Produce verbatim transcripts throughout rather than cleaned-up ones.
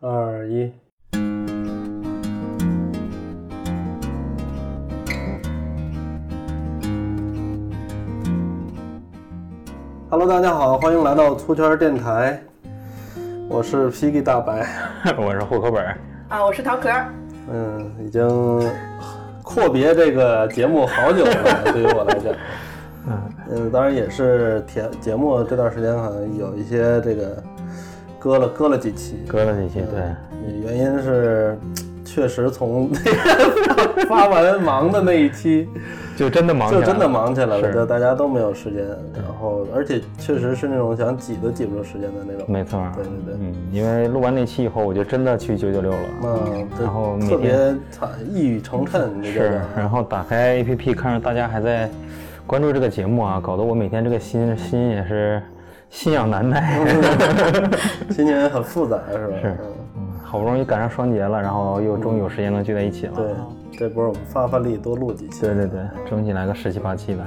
二一。Hello， 大家好，欢迎来到粗圈电台，我是 P G 大白， 我是户口本啊，我是桃壳。 嗯，已经阔别这个节目好久了，对于我来讲。嗯嗯，当然也是节节目这段时间好像有一些这个搁了搁了几期， 搁了几期，对， 嗯、原因是确实从那个发完忙的那一期就真的忙起来了， 就真的忙起来了，就大家都没有时间，然后而且确实是那种想挤都挤不出时间的那种。 没错， 对对对， 嗯，因为录完那期以后，我就真的去九九六了， 嗯， 然后特别惨，一语成谶， 是，然后打开 A P P 看着大家还在关注这个节目啊，搞得我每天这个心心也是心痒难耐， 心情很复杂，是吧？ 是，嗯，好不容易赶上双节了，然后又终于有时间能聚在一起了。 对，这波我们发发力多录几期。 对对对，争取来个十七八期的。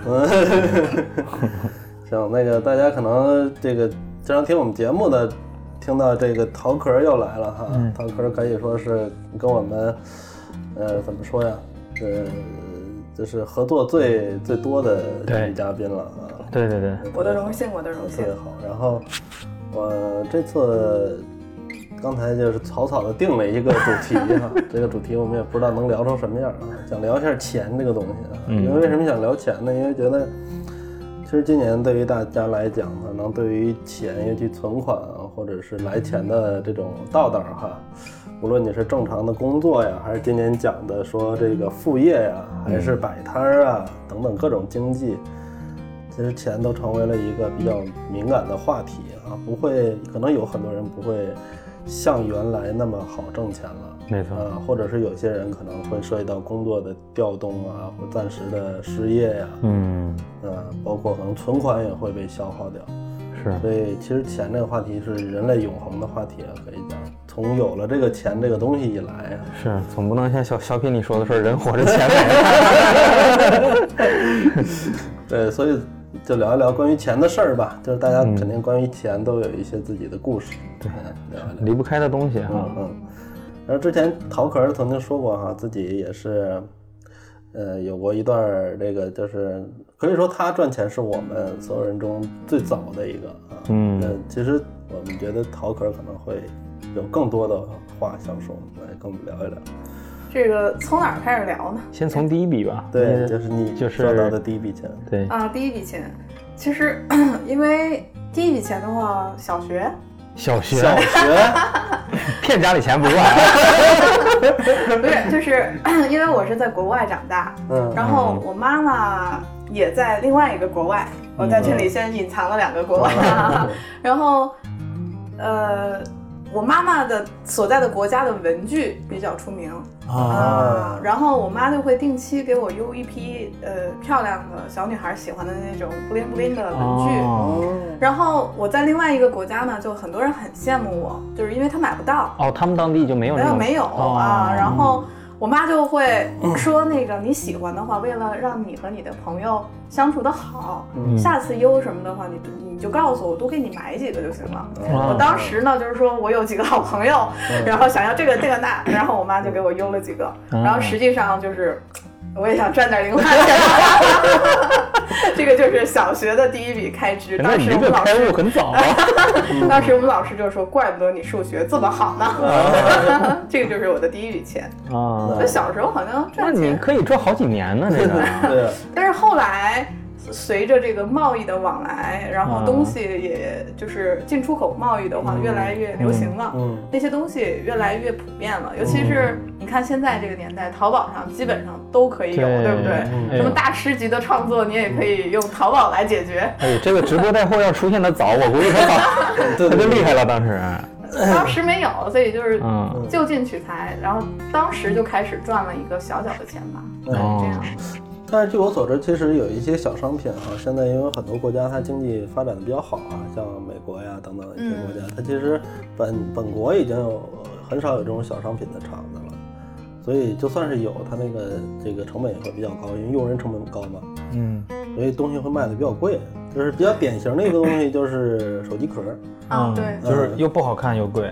行，那个大家可能这个经常听我们节目的，听到这个桃壳又来了哈，嗯、桃壳可以说是跟我们，呃，怎么说呀？呃。就是合作最最多的女嘉宾了啊！ 对对对， 我的荣幸，我的荣幸。 特别好。然后我这次刚才就是草草的定了一个主题哈，这个主题我们也不知道能聊成什么样啊，想聊一下钱这个东西啊。嗯、因为为什么想聊钱呢？因为觉得其实今年对于大家来讲呢，能对于钱，尤其存款啊，或者是来钱的这种道道哈。无论你是正常的工作呀，还是今年讲的说这个副业呀，还是摆摊儿啊等等各种经济，其实钱都成为了一个比较敏感的话题啊，不会，可能有很多人不会像原来那么好挣钱了， 没错啊，或者是有些人可能会涉及到工作的调动啊，或暂时的失业呀， 嗯， 啊，包括可能存款也会被消耗掉。 是， 所以其实钱这个话题是人类永恒的话题啊，可以讲。从有了这个钱这个东西以来啊， 是，总不能像小小品里说的说人活着钱没。 对，所以就聊一聊关于钱的事儿吧。就是大家肯定关于钱都有一些自己的故事， 对、 嗯，聊一聊离不开的东西哈。 嗯嗯。然后之前桃壳曾经说过哈，自己也是。呃，有过一段这个，就是可以说他赚钱是我们所有人中最早的一个啊。嗯，呃，其实我们觉得桃壳可能会有更多的话想说，来跟我们聊一聊。 这个从哪儿开始聊呢？ 先从第一笔吧。 对，就是你就是赚到的第一笔钱。 对啊，第一笔钱，其实因为第一笔钱的话，小学。 小学， 小学， 骗家里钱不赚。 不是，就是因为我是在国外长大，嗯，然后我妈妈也在另外一个国外，我在这里先隐藏了两个国外，嗯、然后，呃，我妈妈的所在的国家的文具比较出名啊、呃，然后我妈就会定期给我邮一批呃漂亮的小女孩喜欢的那种布灵布灵的文具，哦、然后我在另外一个国家呢，就很多人很羡慕我，就是因为他买不到。 哦，他们当地就没有？ 没有没有、哦、啊，然后。我妈就会说那个你喜欢的话，为了让你和你的朋友相处的好，嗯、下次邮什么的话，你你就告诉我，多给你买几个就行了。嗯、我当时呢，就是说我有几个好朋友，嗯、然后想要这个这个那，然后我妈就给我邮了几个，嗯、然后实际上就是我也想赚点零花钱。这个就是小学的第一笔开支。当时我们老师很早啊。 当时我们老师就说，怪不得你数学这么好呢。这个就是我的第一笔钱啊。我小时候好像赚钱， 那你可以赚好几年呢，这个。 对。 但是后来。随着这个贸易的往来，然后东西也就是进出口贸易的话越来越流行了，嗯嗯、那些东西越来越普遍了。尤其是你看现在这个年代，淘宝上基本上都可以有， 对, 对不对？嗯、什么大师级的创作，你也可以用淘宝来解决。 哎，这个直播带货要出现的早，我估计他早，他就厉害了。当时， 当时没有，所以就是就近取材，然后当时就开始赚了一个小小的钱吧，对， 哦、 这样。 但是据我所知，其实有一些小商品哈，现在因为很多国家它经济发展的比较好啊，像美国呀等等一些国家，嗯、它其实本本国已经有很少有这种小商品的厂子了，所以就算是有，它那个这个成本也会比较高，因为用人成本高嘛， 嗯， 所以东西会卖的比较贵。就是比较典型的一个东西就是手机壳啊，对， 就是又不好看又贵。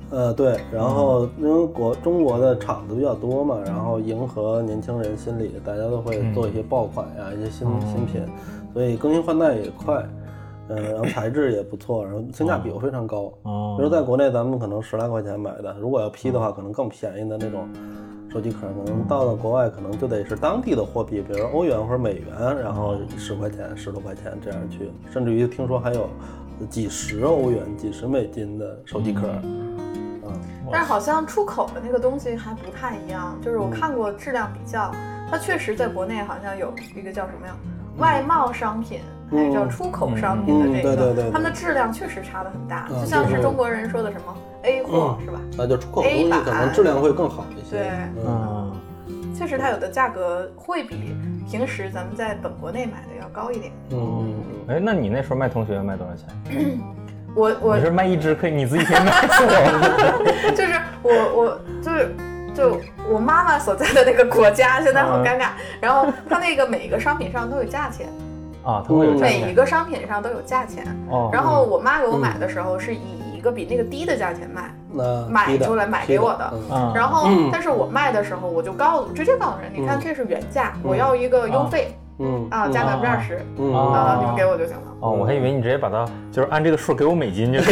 呃，对，然后因为国中国的厂子比较多嘛，然后迎合年轻人心理，大家都会做一些爆款呀，嗯、一些新新品，所以更新换代也快。嗯，然后材质也不错，然后性价比又非常高。哦，比如在国内咱们可能十来块钱买的，如果要批的话，可能更便宜的那种手机壳，可能到了国外可能就得是当地的货币，比如欧元或者美元，然后十块钱、十多块钱这样去，甚至于听说还有几十欧元、几十美金的手机壳。 嗯，但是好像出口的那个东西还不太一样，就是我看过质量比较，它确实在国内好像有一个叫什么呀？外贸商品，还有叫出口商品的这个， 嗯嗯、对对 对, 对， 他们的质量确实差得很大，嗯、就像是中国人说的什么 A 货、嗯、是吧？ 那就出口的东西可能质量会更好一些。 对，嗯，确实它有的价格会比平时咱们在本国内买的要高一点。 嗯，哎，那你那时候卖同学卖多少钱？ 我我你是卖一支可以你自己可以卖就是我我就是就我妈妈所在的那个国家现在好尴尬，然后它那个每一个商品上都有价钱啊，它会有价钱， 每一个商品上都有价钱。哦，然后我妈给我买的时候是以一个比那个低的价钱卖，嗯、买出来买给我的。嗯、然后、嗯、但是我卖的时候我就告诉直接告诉人，你看这是原价，嗯、我要一个邮费。啊嗯啊，加百分之二十，嗯啊，你们给我就行了。 哦，我还以为你直接把它就是按这个数给我美金就可以。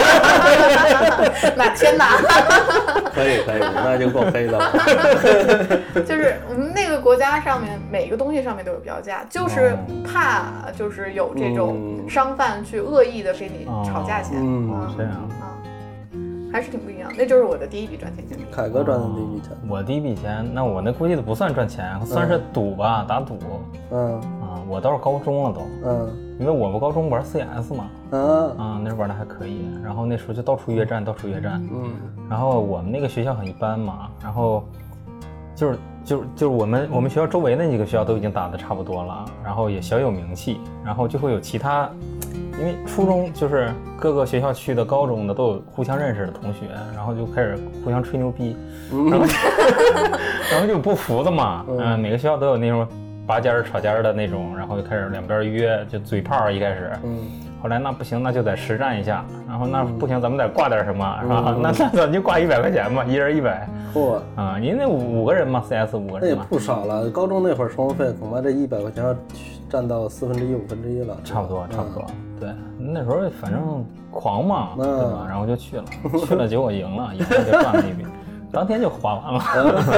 那天哪！ 可以可以，那就够黑的了。 就是我们那个国家上面每个东西上面都有标价，就是怕就是有这种商贩去恶意的给你炒价钱。 嗯，啊、这样啊。 还是挺不一样，那就是我的第一笔赚钱经历。 凯哥赚的第一笔钱， 我第一笔钱，那我那估计都不算赚钱，算是赌吧，嗯、打赌。嗯啊，我倒是高中了都，嗯，因为我们高中玩 C S 嘛，嗯啊，那时候玩的还可以，然后那时候就到处约战，到处约战，嗯，然后我们那个学校很一般嘛，然后就是就是就是我们我们学校周围那几个学校都已经打得差不多了，然后也小有名气，然后就会有其他。因为初中就是各个学校去的，高中的都有互相认识的同学，然后就开始互相吹牛逼，嗯、然后然后就不服的嘛，嗯、呃，每个学校都有那种拔尖吵尖的那种，然后就开始两边约，就嘴炮一开始，嗯，后来那不行，那就得实战一下，然后那不行，咱们得挂点什么，是吧？嗯、那那咱就挂一百块钱吧，一人一百，嚯啊！因为那五五个人嘛 ，C S 五个人嘛， 那也不少了。高中那会儿生活费恐怕这一百块钱要占到四分之一、五分之一了， 差不多，差不多。嗯对，那时候反正狂嘛，嗯、对吧？然后就去了，去了结果赢了，赢了就赚了一笔，当天就花完了。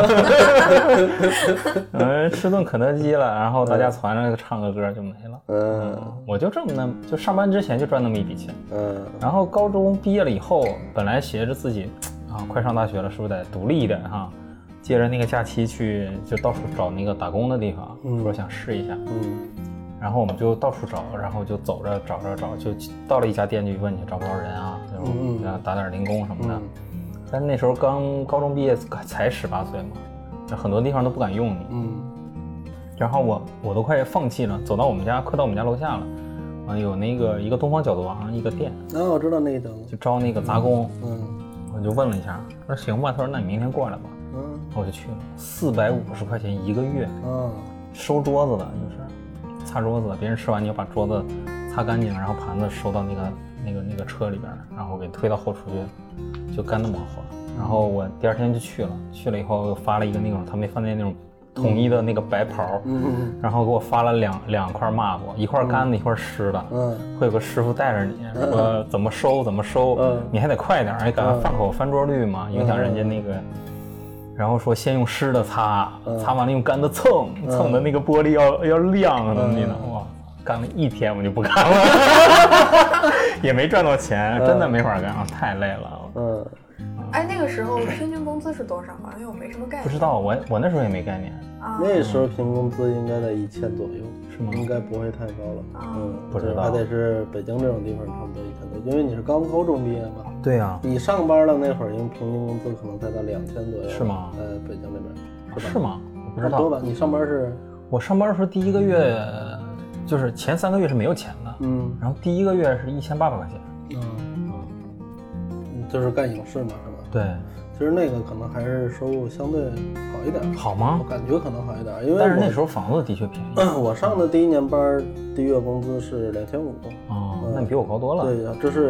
嗯，吃顿肯德基了，然后大家团着唱个歌就没了。嗯，嗯我就这么那，就上班之前就赚那么一笔钱。嗯，然后高中毕业了以后，本来寻着自己啊，快上大学了，是不是得独立一点哈？借着那个假期去，就到处找那个打工的地方，嗯、说想试一下。嗯。然后我们就到处找，然后就走着找着找，就到了一家店就问你找不着人啊，然后打点零工什么的。嗯、但是那时候刚高中毕业，才十八岁嘛，很多地方都不敢用你。嗯。然后我我都快放弃了，走到我们家，快到我们家楼下了，啊，有那个一个东方角度王一个店。 啊、哦，我知道那个角度。 就招那个杂工。嗯。我就问了一下，他说行吧，他说那你明天过来吧。嗯。我就去了，四百五十块钱一个月。嗯。收桌子的就是。擦桌子，别人吃完你要把桌子擦干净，然后盘子收到那个那个那个车里边，然后给推到后厨去，就干那么活。然后我第二天就去了，去了以后又发了一个那种他们饭店那种统一的那个白袍，嗯、然后给我发了两两块抹布，一块干的，一块湿的，嗯、会有个师傅带着你说怎么收怎么收，嗯、你还得快点，还赶饭口翻桌率嘛，影响人家那个。然后说先用湿的擦，擦完了用干的蹭，嗯、蹭的那个玻璃要要亮的，你知道哇，干了一天我就不干了，也没赚到钱，真的没法干，太累了。嗯， 哎，那个时候平均工资是多少啊？因为我没什么概念。 不知道，我我那时候也没概念。 啊、那时候平均工资应该在一千左右， 是吗？ 应该不会太高了。啊、嗯， 不知道， 还得是北京这种地方差不多一千多，因为你是刚高中毕业嘛。 对呀、啊， 你上班了那会儿，因为平均工资可能才到两千左右。 是吗？ 在北京那边。 是, 是吗？我不知道。 多吧？你上班是？ 我上班的时候第一个月，就是前三个月是没有钱的，嗯，然后第一个月是一千八百块钱。嗯嗯，就是干影视嘛，是吧？ 对。 其实那个可能还是收入相对好一点。 好吗？ 我感觉可能好一点，因为但是那时候房子的确便宜。 嗯、我上的第一年班，第一月工资是两千五。 哦，那你比我高多了。 对呀，这是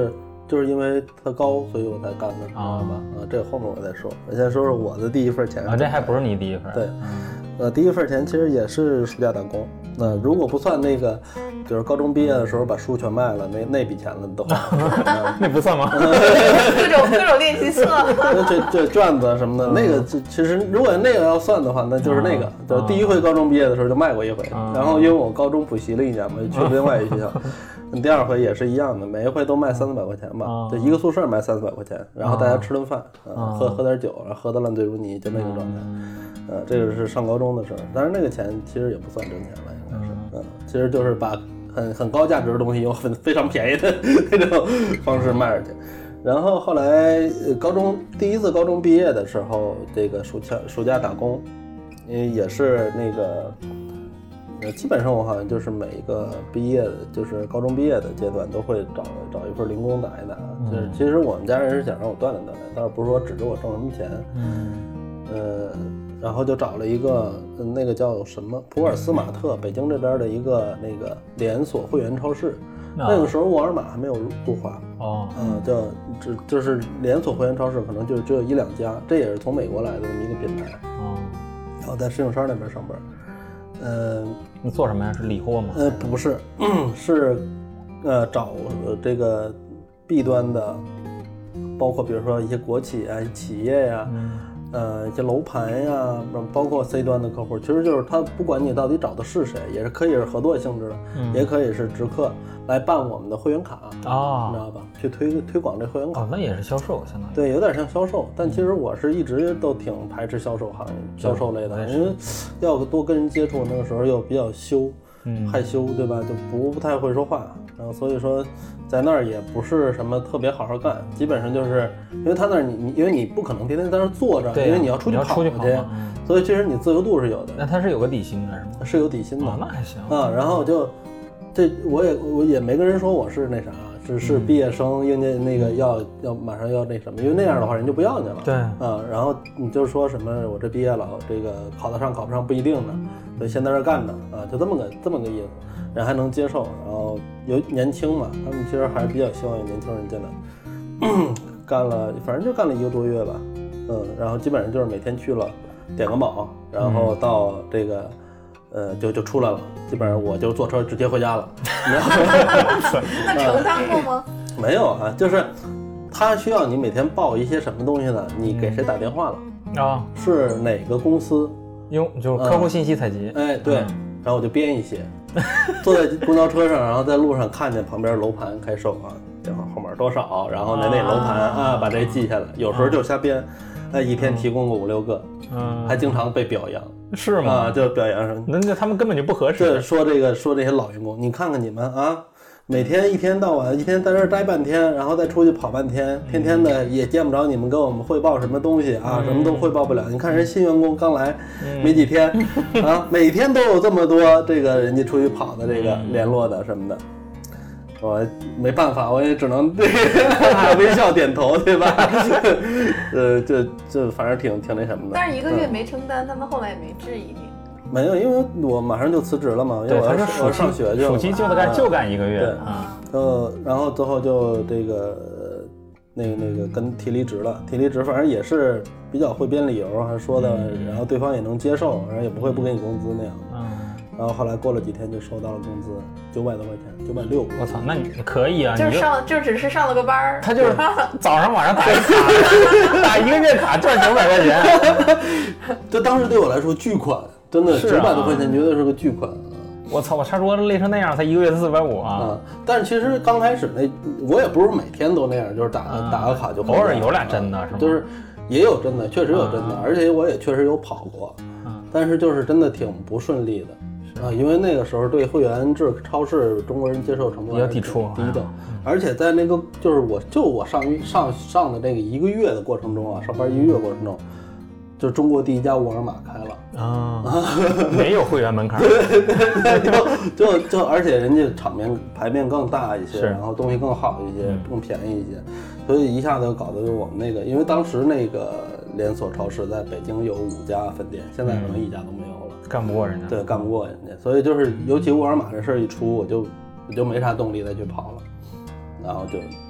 就是因为它高，所以我才干的，知道吧？啊，这个后面我再说。我先说说我的第一份钱啊，这还不是你第一份？ 对，呃，第一份钱其实也是暑假打工。那如果不算那个，就是高中毕业的时候把书全卖了，那那笔钱了都那不算吗？ 各种各种练习册， 这这卷子什么的，那个其实如果那个要算的话，那就是那个，就是第一回高中毕业的时候就卖过一回，然后因为我高中补习了一年嘛，去了另外一个学校。第二回也是一样的，每一回都卖三四百块钱吧，就一个宿舍卖三四百块钱，然后大家吃顿饭，啊，喝喝点酒，然后喝得烂醉如泥，就那个状态。呃，这个是上高中的事儿，当然那个钱其实也不算挣钱了，应该是，嗯，其实就是把很很高价值的东西用很非常便宜的那种方式卖出去。然后后来高中第一次高中毕业的时候，这个暑假暑假打工，因为也是那个。呃，基本上我好像就是每一个毕业的，就是高中毕业的阶段，都会找找一份零工打一打。嗯、就是其实我们家人是想让我锻炼锻炼，倒是不是说指着我挣什么钱。嗯。呃，然后就找了一个那个叫什么普尔斯玛特，北京这边的一个那个连锁会员超市。哦、那个时候沃尔玛还没有入华。哦。嗯，叫就就是连锁会员超市，可能就只有一两家，这也是从美国来的这么一个品牌。哦。然后在石景山那边上班。呃， 你做什么呀？是理货吗？ 呃，不是，嗯、是，呃，找这个 B 端的，包括比如说一些国企啊、企业呀、嗯，呃，一些楼盘呀，包括 C 端的客户，其实就是他不管你到底找的是谁，也是可以是合作性质的，嗯、也可以是直客来办我们的会员卡啊，哦、你知道吧？去推推广这会员卡， 哦，那也是销售，相当于对，有点像销售。但其实我是一直都挺排斥销售行业、销售类的，因为要多跟人接触，那个时候又比较羞、嗯、害羞，对吧？就不不太会说话，然后所以说在那儿也不是什么特别好好干，基本上就是因为他那儿你你因为你不可能天天在那儿坐着，因为你要出去跑去，嗯、所以其实你自由度是有的。 那他是有个底薪的是吗？ 是有底薪的， 哦，那还行啊。然后就这我也我也没跟人说我是那啥。只是毕业生应届那个要要马上要那什么，因为那样的话人就不要你了。 对啊，然后你就说什么我这毕业了，这个考得上考不上不一定呢，所以先在这干着啊，就这么个这么个意思，人还能接受。然后有年轻嘛，他们其实还是比较希望有年轻人进来。干了反正就干了一个多月吧，嗯，然后基本上就是每天去了点个卯，然后到这个。呃，就就出来了，基本上我就坐车直接回家了。 那承担过吗？ 没有啊，就是他需要你每天报一些什么东西呢？你给谁打电话了啊？是哪个公司？ 哟，就是客户信息采集。 嗯、哎，对，然后我就编一些，坐在公交车上，然后在路上看见旁边楼盘开售啊，电话号码多少，然后那那楼盘啊，把这记下来。有时候就瞎编，哎，一天提供个五六个，嗯，还经常被表扬。 是吗？ 啊，就表扬什么？ 那那他们根本就不合适。 对，说这个说这些老员工，你看看你们啊，每天一天到晚，一天在这儿待半天，然后再出去跑半天，天天的也见不着你们跟我们汇报什么东西啊，嗯、什么都汇报不了。你看人新员工刚来、嗯、没几天啊，每天都有这么多这个人家出去跑的这个联络的什么的。我没办法，我也只能对微笑点头，对吧？呃，就就反正挺挺那什么的。 但是一个月没承担，嗯、他们后来也没质疑你。 没有，因为我马上就辞职了嘛，因为我要我上学去了， 暑期就干就干一个月。 对啊，呃，然后最后就这个那个那个跟提离职了，提离职反正也是比较会编理由，还说的，嗯、然后对方也能接受，然后也不会不给你工资那样。嗯。然后后来过了几天就收到了工资，九百多块钱，九百六。 我操，那你可以啊！ 就是上就只是上了个班儿， 他就是早上晚上打一卡，打一个月卡赚九百块钱。 这当时对我来说巨款，真的九百多块钱绝对是个巨款。 我操，我差不多累成那样，才一个月四百五啊！ 但是其实刚开始那我也不是每天都那样，就是打个、啊、打个卡就。 偶尔有俩真的是吗？ 就是也有真的，确实有真的，啊、而且我也确实有跑过，啊、但是就是真的挺不顺利的。啊，因为那个时候对会员制超市中国人接受程度比较抵触低的，而且在那个就是我就我上上上的那个一个月的过程中啊，上班一个月过程中，就中国第一家沃尔玛开了啊，没有会员门槛， 对对对，就就就而且人家场面牌面更大一些，然后东西更好一些，更便宜一些，所以一下子搞得我们那个，因为当时那个连锁超市在北京有五家分店，现在可能一家都没有了。 干不过人家， 对，干不过人家，所以就是尤其沃尔玛这事儿一出，我就我就没啥动力再去跑了，然后就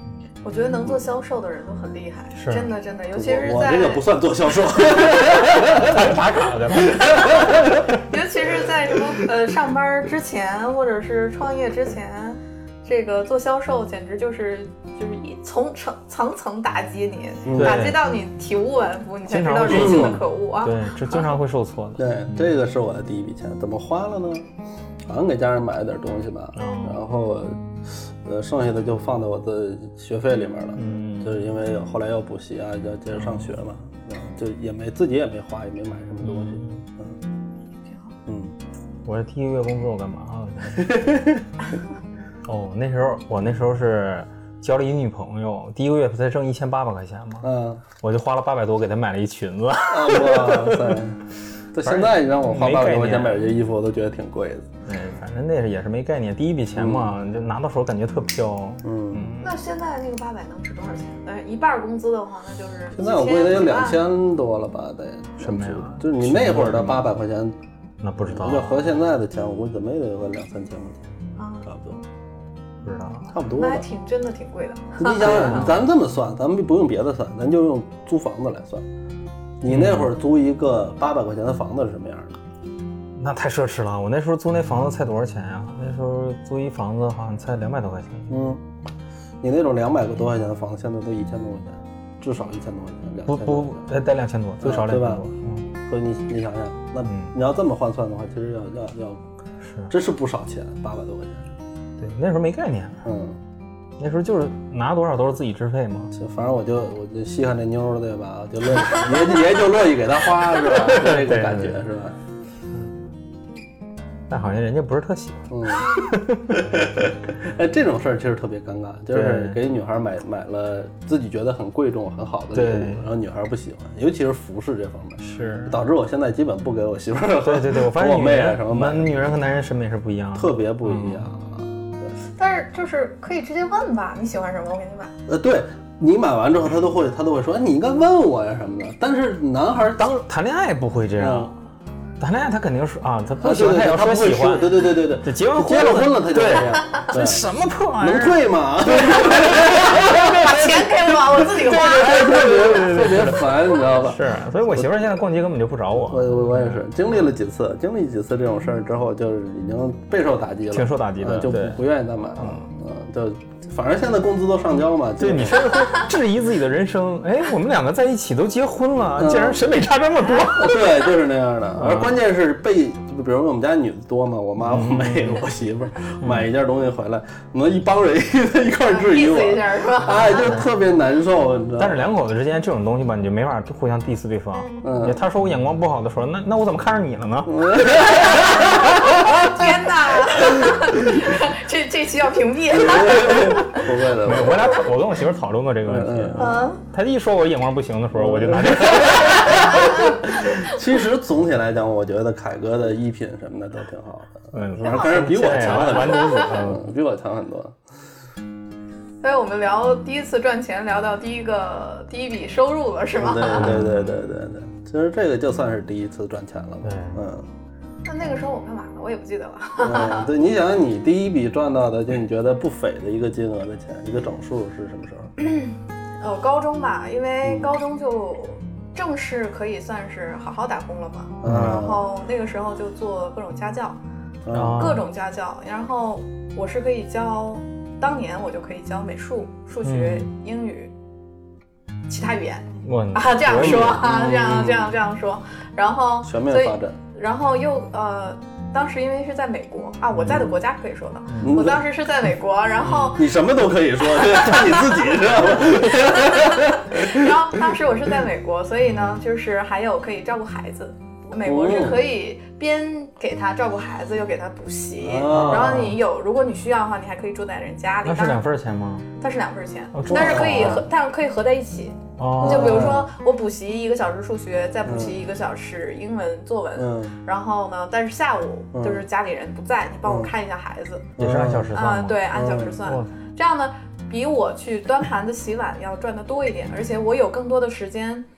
我觉得能做销售的人都很厉害， 是真的真的，尤其是在我这个不算做销售， 打卡的。 尤其是在什么呃上班之前或者是创业之前，这个做销售简直就是就是一从层层层打击你，嗯、打击到你体无完肤，你才知道人性的可恶啊！ 对，这经常会受挫的。 对，嗯、这个是我的第一笔钱，怎么花了呢？好像给家人买了点东西吧，嗯、然后。呃，剩下的就放在我的学费里面了，嗯，就是因为后来要补习啊，要接着上学嘛，嗯，就也没自己也没花，也没买什么东西，嗯， 挺好， 嗯， 我这第一个月工资我干嘛了？哦，那时候我那时候是交了一女朋友，第一个月才挣一千八百块钱嘛，嗯，我就花了八百多给她买了一裙子， 哇塞！现在你让我花八百多块钱买这件衣服，我都觉得挺贵的。 对，反正那是也是没概念，第一笔钱嘛，嗯、就拿到手感觉特飘。 嗯，那现在那个八百能值多少钱？呃，一半工资的话，那就是现在我估计得有两千多了吧？得什么呀？ 就是你那会儿的八百块钱， 那不知道。 要合现在的钱，我估计怎么也得有个两三千块钱，啊，差不多。 不知道， 差不多。 那还挺真的挺贵的。 你想想，咱这么算，咱们不用别的算，咱就用租房子来算。你那会儿租一个八百块钱的房子是什么样的？ 那太奢侈了！我那时候租那房子才多少钱呀？那时候租一房子好像才两百多块钱。 嗯，你那种两百多块钱的房子，现在都一千多块钱，至少一千多块钱，两不不，得得两千多，最少两千多。 嗯，所以你你想想，那你要这么换算的话，其实要要要， 是， 这是不少钱，八百多块钱。 对，那时候没概念。 嗯。 那时候就是拿多少都是自己支配嘛， 反正我就我就稀罕那妞儿对吧，就乐意爷爷就乐意给她花是吧？这个感觉是吧？ 但好像人家不是特喜欢。 嗯，哎，这种事儿其实特别尴尬，就是给女孩买买了自己觉得很贵重很好的礼物，然后女孩不喜欢，尤其是服饰这方面， 是导致我现在基本不给我媳妇儿。 对对对，我发现我妹啊什么买， 女人和男人审美是不一样的， 特别不一样。 但是就是可以直接问吧，你喜欢什么，我给你买。 呃，对你买完之后，他都会他都会说，哎，你应该问我呀什么的。但是男孩当谈恋爱不会这样，嗯、谈恋爱他肯定是啊，他不喜欢他也要说喜欢， 对对对对对， 这结完结了婚了他就这样， 这什么破玩意儿？能贵吗？ 把钱给我，我自己花。 特别特别烦，你知道吧？ 是，所以我媳妇现在逛街根本就不找我。 我我我也是经历了几次，经历几次这种事儿之后，就是已经备受打击了， 挺受打击的， 就不不愿意再买了。嗯，就反正现在工资都上交嘛。 对，你甚至会质疑自己的人生。哎，我们两个在一起都结婚了，竟然审美差这么多。 对，就是那样的。而关键是被，比如我们家女的多嘛，我妈、我妹、我媳妇儿买一件东西回来，我们一帮人一块质疑我，哎，就特别难受，你知道。 但是两口子之间这种东西吧，你就没法互相 diss 对方。嗯，他说我眼光不好的时候，那那我怎么看上你了呢？ 天哪，这这期要屏蔽。 不会的， 我俩我跟我媳妇讨论过这个问题。嗯，他一说我眼光不行的时候，我就拿这个。 其实总体来讲，我觉得凯哥的衣品什么的都挺好的，嗯，反正比我强很多，嗯，比我强很多。 所以我们聊第一次赚钱，聊到第一个第一笔收入了，是吗？ 对对对对对对，其实这个就算是第一次赚钱了吧，嗯。 那那个时候我干嘛呢？我也不记得了。 嗯，对，你想想你第一笔赚到的，就你觉得不菲的一个金额的钱，一个整数是什么时候？呃，高中吧，因为高中就正式可以算是好好打工了嘛。嗯。然后那个时候就做各种家教，嗯、各种家教。然后我是可以教，当年我就可以教美术、数学、嗯、英语、其他语言。啊，这样说啊，这样这样这样说。然后全面发展。 然后又呃，当时因为是在美国啊，我在的国家可以说的，嗯、我当时是在美国，然后你什么都可以说，看你自己知道吗？ 然后当时我是在美国，所以呢，就是还有可以照顾孩子。美国是可以边给他照顾孩子，又给他补习，哦、然后你有，如果你需要的话，你还可以住在人家里。 那是两份钱吗？ 它是两份钱，哦、但是可以合，但是可以合在一起。哦，就比如说我补习一个小时数学，再补习一个小时英文作文，嗯，然后呢，但是下午就是家里人不在，你帮我看一下孩子， 也是按小时算吗？ 啊，对，按小时算。嗯、这样呢，比我去端盘子洗碗要赚得多一点，而且我有更多的时间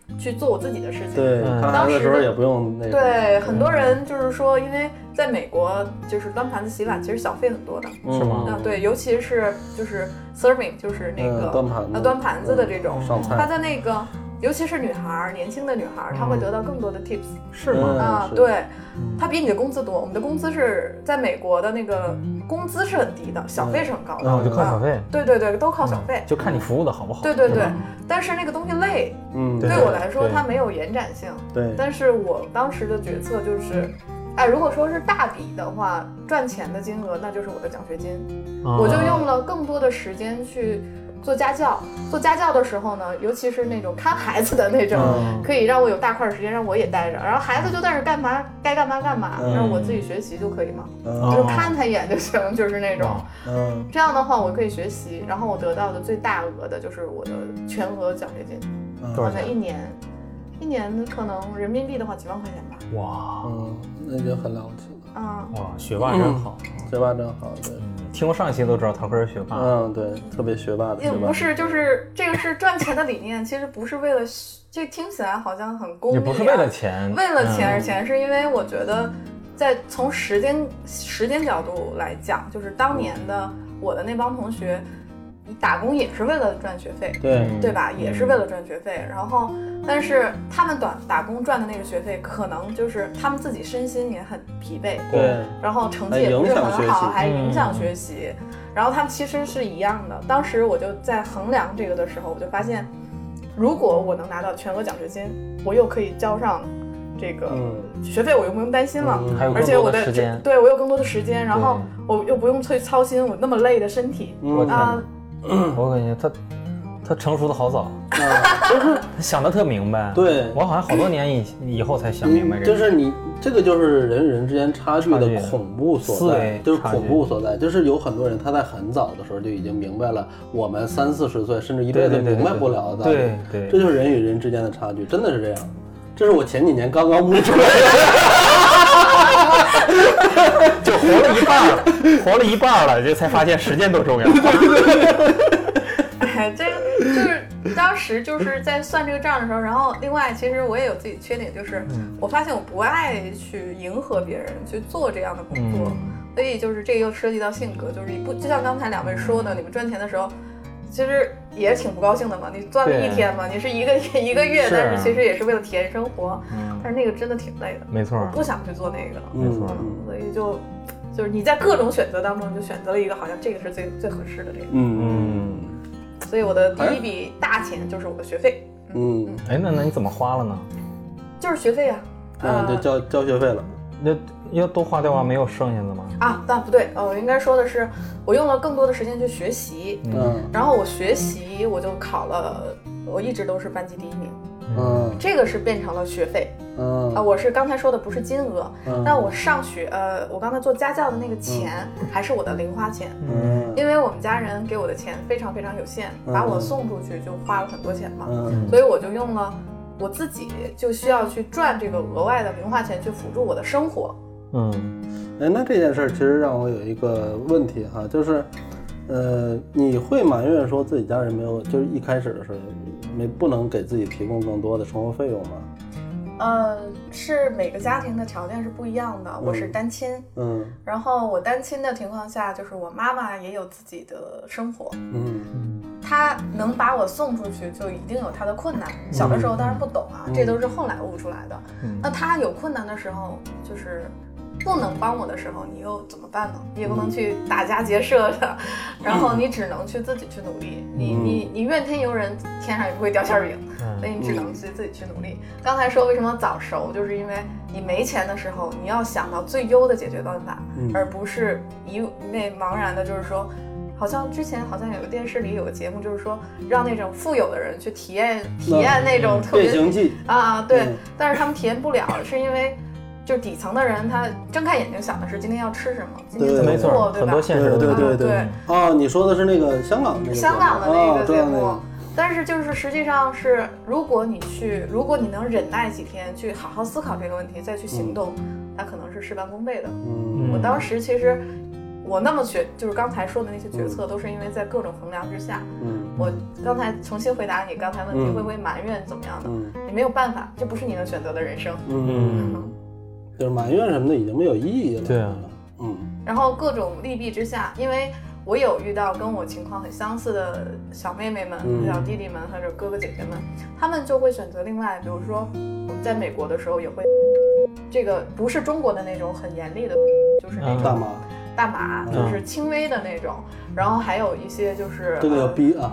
去做我自己的事情。 对，看孩子的时候也不用那个。 对，很多人就是说，因为在美国就是端盘子洗碗，其实小费很多的， 是吗？ 嗯，对，尤其是就是 serving， 就是那个、 嗯、端盘子、 端盘子的这种， 上菜， 他在那个。尤其是女孩，年轻的女孩，她会得到更多的 tips，、 嗯、是吗？ 啊，对，她比你的工资多。我们的工资是在美国的那个工资是很低的，小费是很高的， 然后、嗯、就靠小费、 啊。对对对，都靠小费、 嗯，就看你服务的好不好。 对对对，但是那个东西累， 嗯， 对我来说它没有延展性。 对， 但是我当时的决策就是，哎，如果说是大笔的话，赚钱的金额那就是我的奖学金， 嗯、 我就用了更多的时间去。做家教，做家教的时候呢，尤其是那种看孩子的那种，嗯、可以让我有大块的时间让我也待着，然后孩子就在那干嘛，该干嘛干嘛，嗯、让我自己学习就可以嘛，嗯、就看他一眼就行，就是那种。嗯，这样的话我可以学习，然后我得到的最大额的就是我的全额奖学金，好像一年，一年可能人民币的话几万块钱吧。 哇， 嗯，那就很了不起了。 嗯， 哇，学霸真好， 嗯、学霸真好，对。 听过上一期都知道陶哥是学霸， 嗯，对，特别学霸的。 也不是，就是这个是赚钱的理念，其实不是为了，这听起来好像很功利、啊， 也不是为了钱， 为了钱而钱，嗯、是因为我觉得，在从时间时间角度来讲，就是当年的我的那帮同学，打工也是为了赚学费， 对对吧？也是为了赚学费，然后。但是他们短打工赚的那个学费，可能就是他们自己身心也很疲惫， 对， 然后成绩也不是很好，还影响学习。嗯、然后他们其实是一样的。当时我就在衡量这个的时候，我就发现，如果我能拿到全额奖学金，我又可以交上这个学费，我又不用担心了， 嗯、还有而且我的时间， 对我有更多的时间，然后我又不用去操心我那么累的身体。 嗯、 啊， 我感觉他。他成熟的好早，就是想的特明白。 对， 我好像好多年以以后才想明白这个。 就是你这个就是人与人之间差距的恐怖所在，就是恐怖所在。就是有很多人他在很早的时候就已经明白了，我们三四十岁甚至一辈子明白不了的。 对对， 这就是人与人之间的差距，真的是这样。这是我前几年刚刚悟出来的，就活了一半了，活了一半了，这才发现时间多重要。 哎，这个就是当时就是在算这个账的时候，然后另外其实我也有自己缺点，就是我发现我不爱去迎合别人去做这样的工作，嗯、所以就是这个又涉及到性格，就是不就像刚才两位说的，你们赚钱的时候其实也挺不高兴的嘛，你赚了一天嘛，你是一个一个月，但是其实也是为了体验生活，嗯、但是那个真的挺累的， 没错， 我不想去做那个， 没错， 嗯、所以就就是你在各种选择当中就选择了一个好像这个是最最合适的这个， 嗯。 所以我的第一笔大钱就是我的学费。 嗯， 哎，那那你怎么花了呢？ 就是学费啊， 嗯，就交交学费了。 那要都花掉啊，没有剩下的吗？ 啊，但不对，呃，我应该说的是，我用了更多的时间去学习，嗯，然后我学习我就考了，我一直都是班级第一名。嗯，这个是变成了学费，嗯啊，我是刚才说的不是金额，嗯，但我上学，呃，我刚才做家教的那个钱、嗯、还是我的零花钱，嗯，因为我们家人给我的钱非常非常有限，嗯、把我送出去就花了很多钱嘛，嗯，所以我就用了我自己就需要去赚这个额外的零花钱去辅助我的生活， 嗯，哎，那这件事其实让我有一个问题哈，就是。呃，你会埋怨说自己家人没有，就是一开始的时候没不能给自己提供更多的生活费用吗？ 呃，是每个家庭的条件是不一样的。嗯、我是单亲，嗯，然后我单亲的情况下，就是我妈妈也有自己的生活，嗯，她能把我送出去，就一定有她的困难。小的时候当然不懂啊，嗯、这都是后来悟出来的。嗯、那她有困难的时候，就是不能帮我的时候，你又怎么办呢？你也不能去打家劫舍的，然后你只能去自己去努力。你你你怨天尤人，天上也不会掉馅饼，所以你只能去自己去努力。刚才说为什么早熟，就是因为你没钱的时候，你要想到最优的解决办法，而不是一昧茫然的，就是说。好像之前好像有个电视里有个节目，就是说让那种富有的人去体验体验那种特别变形记啊，对，嗯、但是他们体验不了，是因为就是底层的人他睁开眼睛想的是今天要吃什么，今天怎么做，对吧？ 很多现实的对对对对。 啊， 哦，你说的是那个香港那个香港的那个节目， 哦、 但是就是实际上是，如果你去，如果你能忍耐几天，去好好思考这个问题，再去行动，嗯、那可能是事半功倍的。嗯，我当时其实。 我那么决，就是刚才说的那些决策，都是因为在各种衡量之下。嗯，我刚才重新回答你刚才问题，嗯、会不会埋怨怎么样的？嗯，你没有办法，这不是你能选择的人生。 嗯，嗯就是埋怨什么的已经没有意义了。 对啊， 嗯。然后各种利弊之下，因为我有遇到跟我情况很相似的小妹妹们、嗯、小弟弟们或者哥哥姐姐们，他们就会选择另外，比如说我们在美国的时候也会，这个不是中国的那种很严厉的，就是那种大麻。 大麻就是轻微的那种，嗯、然后还有一些就是这个要逼啊，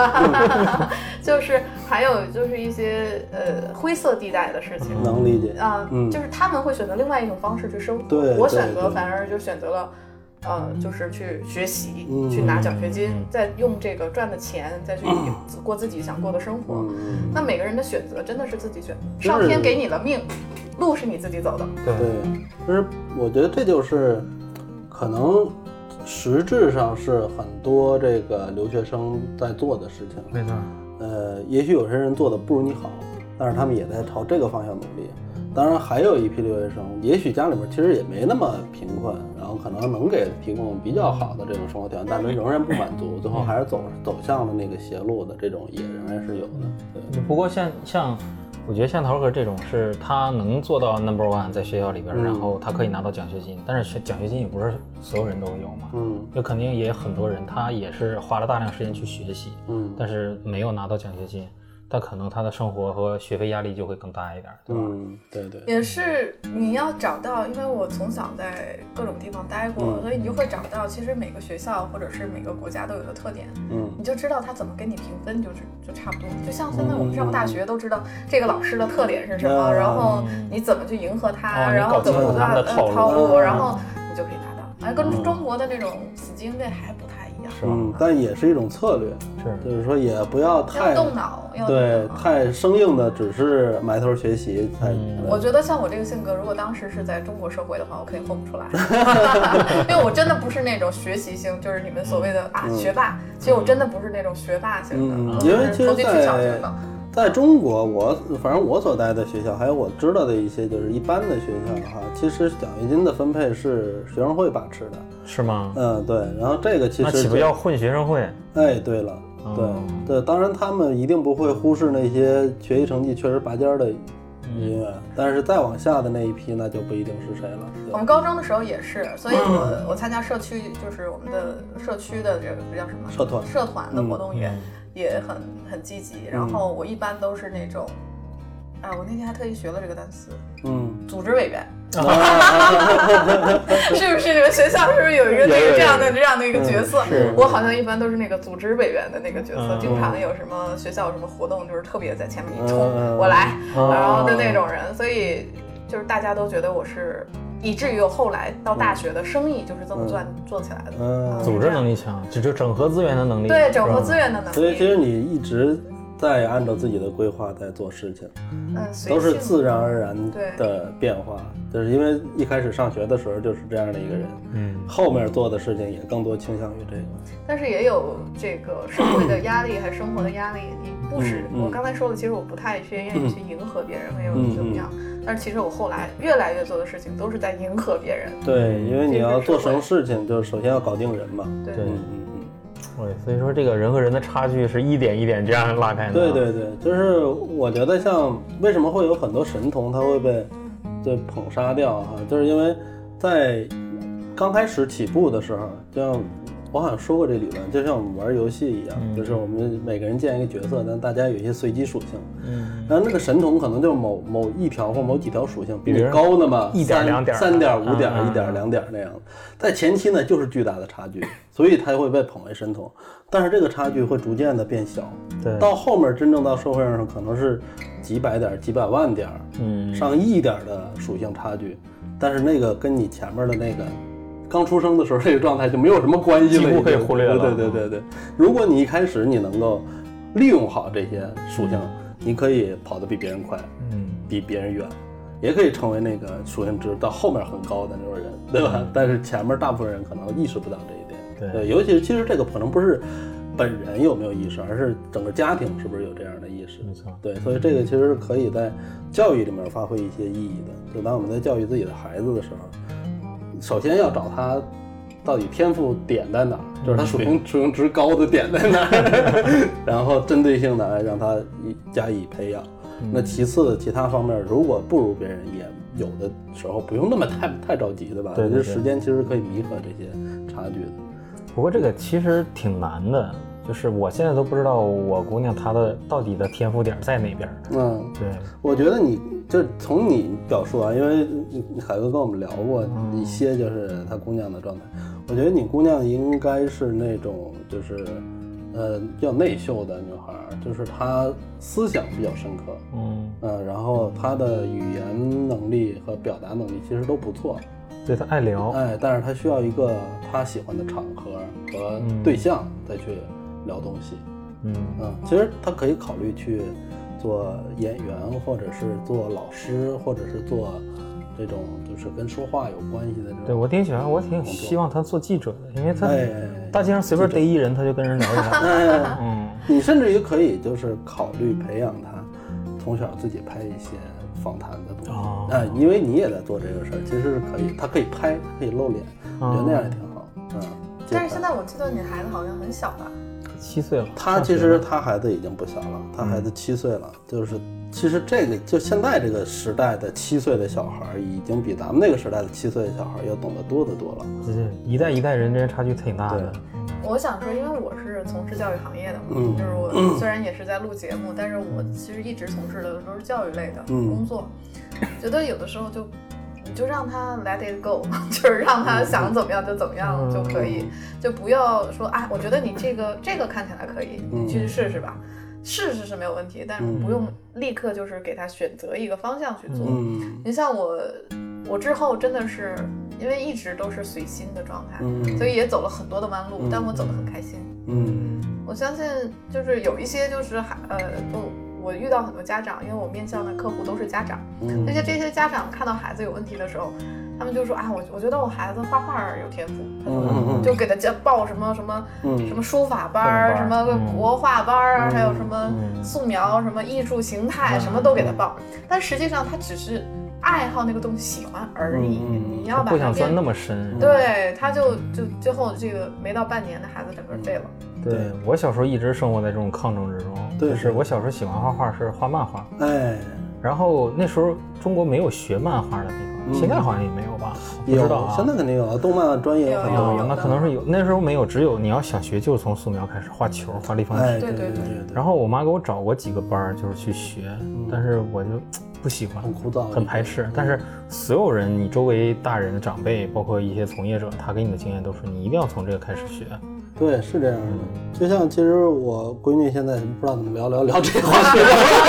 就是还有就是一些呃灰色地带的事情， 能理解啊、呃嗯，就是他们会选择另外一种方式去生活， 对， 我选择反而就选择了。呃，就是去学习，嗯、去拿奖学金，嗯、再用这个赚的钱，再去过自己想过的生活。嗯、那每个人的选择真的是自己选择，上天给你了命，路是你自己走的。 对，就是我觉得这就是可能实质上是很多这个留学生在做的事情。 没错。 呃，也许有些人做的不如你好，但是他们也在朝这个方向努力。当然还有一批留学生，也许家里面其实也没那么贫困，然后可能能给提供比较好的这种生活条件，但是仍然不满足，最后还是走走向了那个邪路的这种也仍然是有的。 对，不过像像我觉得像桃哥这种是他能做到 number one 在学校里边，嗯、然后他可以拿到奖学金，但是奖学金也不是所有人都有嘛，嗯，就肯定也很多人他也是花了大量时间去学习，嗯，但是没有拿到奖学金。但可能他的生活和学费压力就会更大一点，对吧？ 嗯，对对。 也是你要找到，因为我从小在各种地方待过，嗯、所以你就会找到，其实每个学校或者是每个国家都有的特点，嗯，你就知道他怎么给你评分，就是就差不多。就像现在我们上大学都知道这个老师的特点是什么，嗯、然后你怎么去迎合他， 哦、 然后怎么他的套路， 套路然后你就可以达到。哎，跟中国的这种死记硬背还不太一样， 是吧？嗯，但也是一种策略， 是， 就是说也不要太要动脑，要对太生硬的，只是埋头学习才。 嗯、我觉得像我这个性格，如果当时是在中国社会的话，我肯定混不出来，因为我真的不是那种学习型，就是你们所谓的啊、嗯、学霸。其实我真的不是那种学霸型的， 嗯、因为其实在在中国，我反正我所待的学校，还有我知道的一些就是一般的学校哈，其实奖学金的分配是学生会把持的， 是吗？ 嗯，对。然后这个其实那岂不要混学生会？ 哎，对了，对、哦、对，当然他们一定不会忽视那些学习成绩确实拔尖的人员，嗯、但是再往下的那一批，那就不一定是谁了。 我们高中的时候也是，所以我我参加社区，就是我们的社区的这个这叫什么？ 社团社团的活动也。嗯也很很积极，然后我一般都是那种，啊，我那天还特意学了这个单词，嗯，组织委员，是不是你们学校是不是有一个这个这样的这样的一个角色？ 嗯、 我好像一般都是那个组织委员的那个角色，嗯、经常有什么学校有什么活动，就是特别在前面一冲，嗯、我来，嗯、然后的那种人，所以就是大家都觉得我是。以至于我后来到大学的生意就是这么做、嗯、做起来的。 嗯，组织能力强，只就整合资源的能力。 对，整合资源的能力。 所以其实你一直在按照自己的规划在做事情， 嗯， 都是自然而然的变化。就是因为一开始上学的时候就是这样的一个人，嗯，后面做的事情也更多倾向于这个。 但是也有这个社会的压力，还生活的压力，你不是、嗯嗯、我刚才说的，其实我不太愿意去迎合别人，没有怎么样。嗯嗯但是其实我后来越来越做的事情都是在迎合别人。 对，因为你要做什么事情，就首先要搞定人嘛。 对， 嗯嗯嗯。对，所以说这个人和人的差距是一点一点这样拉开的。 对对对，就是我觉得像为什么会有很多神童他会被就捧杀掉哈、啊，就是因为在刚开始起步的时候，就像我好像说过这理论，就像我们玩游戏一样，嗯、就是我们每个人建一个角色，但大家有一些随机属性。嗯，然后那个神童可能就某某一条或某几条属性比你高那么一点两点、 三点五点、一点两点那样。在前期呢，就是巨大的差距，所以他会被捧为神童。但是这个差距会逐渐的变小， 对， 到后面真正到社会上可能是几百点、几百万点、嗯，上亿点的属性差距，但是那个跟你前面的那个。刚出生的时候这个状态就没有什么关系了， 几乎可以忽略了。 对对对对，如果你一开始你能够利用好这些属性，你可以跑得比别人快，嗯，比别人远，也可以成为那个属性值到后面很高的那种人，对吧？嗯、但是前面大部分人可能意识不到这一点。对，对，尤其是其实这个可能不是本人有没有意识，而是整个家庭是不是有这样的意识。 没错。 对，所以这个其实是可以在教育里面发挥一些意义的。就当我们在教育自己的孩子的时候。首先要找他到底天赋点在哪儿，就是他水平水平值高的点在哪儿，然后针对性的让他加以培养。那其次其他方面如果不如别人，也有的时候不用那么太太着急，对吧？ 对对对， 这时间其实可以弥合这些差距的。 不过这个其实挺难的，就是我现在都不知道我姑娘她的到底的天赋点在哪边。 嗯， 对， 我觉得你就从你表述啊，因为海哥跟我们聊过一些就是他姑娘的状态，我觉得你姑娘应该是那种就是呃比较内秀的女孩，就是她思想比较深刻，嗯呃，然后她的语言能力和表达能力其实都不错。 对，她爱聊， 哎，但是她需要一个她喜欢的场合和对象再去聊东西。嗯嗯，其实她可以考虑去做演员，或者是做老师，或者是做这种就是跟说话有关系的这种。 对，我挺喜欢，我挺希望她做记者的，因为她大街上随便逮一人，她就跟人聊一聊。 哎，嗯，你甚至于可以就是考虑培养她从小自己拍一些访谈的东西。哦，哎，因为你也在做这个事儿，其实是可以，她可以拍，可以露脸，我觉得那样也挺好。嗯， 但是现在我记得你孩子好像很小吧？ 七岁了。 他其实他孩子已经不小了，他孩子七岁了，就是其实这个就现在这个时代的七岁的小孩已经比咱们那个时代的七岁的小孩要懂得多得多了。 是一代一代人之间差距挺大的。 我想说，因为我是从事教育行业的嘛，嗯、就是我虽然也是在录节目，但是我其实一直从事的都是教育类的工作，嗯、觉得有的时候就。你就让他 let it go， 就是让他想怎么样就怎么样就可以，就不要说啊，我觉得你这个这个看起来可以，你去试试吧，试试是没有问题，但是不用立刻就是给他选择一个方向去做。你像我，我之后真的是因为一直都是随心的状态，所以也走了很多的弯路，但我走得很开心。嗯，我相信就是有一些就是还呃不。我遇到很多家长，因为我面向的客户都是家长，那些这些家长看到孩子有问题的时候，他们就说啊，我我觉得我孩子画画有天赋，他说就给他报什么什么什么书法班，什么国画班，还有什么素描，什么艺术形态，什么都给他报，但实际上他只是爱好那个东西，喜欢而已。你要把不想钻那么深， 对，他就就最后这个没到半年的孩子整个废了。 对，我小时候一直生活在这种抗争之中。对，就是我小时候喜欢画画，是画漫画。哎，然后那时候中国没有学漫画的地方，嗯、现在好像也没有吧？不知道啊。 现在肯定有啊，动漫专业有很多。 那可能是有，那时候没有，只有你要想学，就是从素描开始，画球、画立方体。 哎，对对对对。 然后我妈给我找过几个班，就是去学，嗯、但是我就不喜欢， 很枯燥， 很排斥。但是所有人，你周围大人的长辈，包括一些从业者，他给你的经验都是，你一定要从这个开始学。 对，是这样的。就像其实我闺女现在不知道怎么聊聊聊这个话题，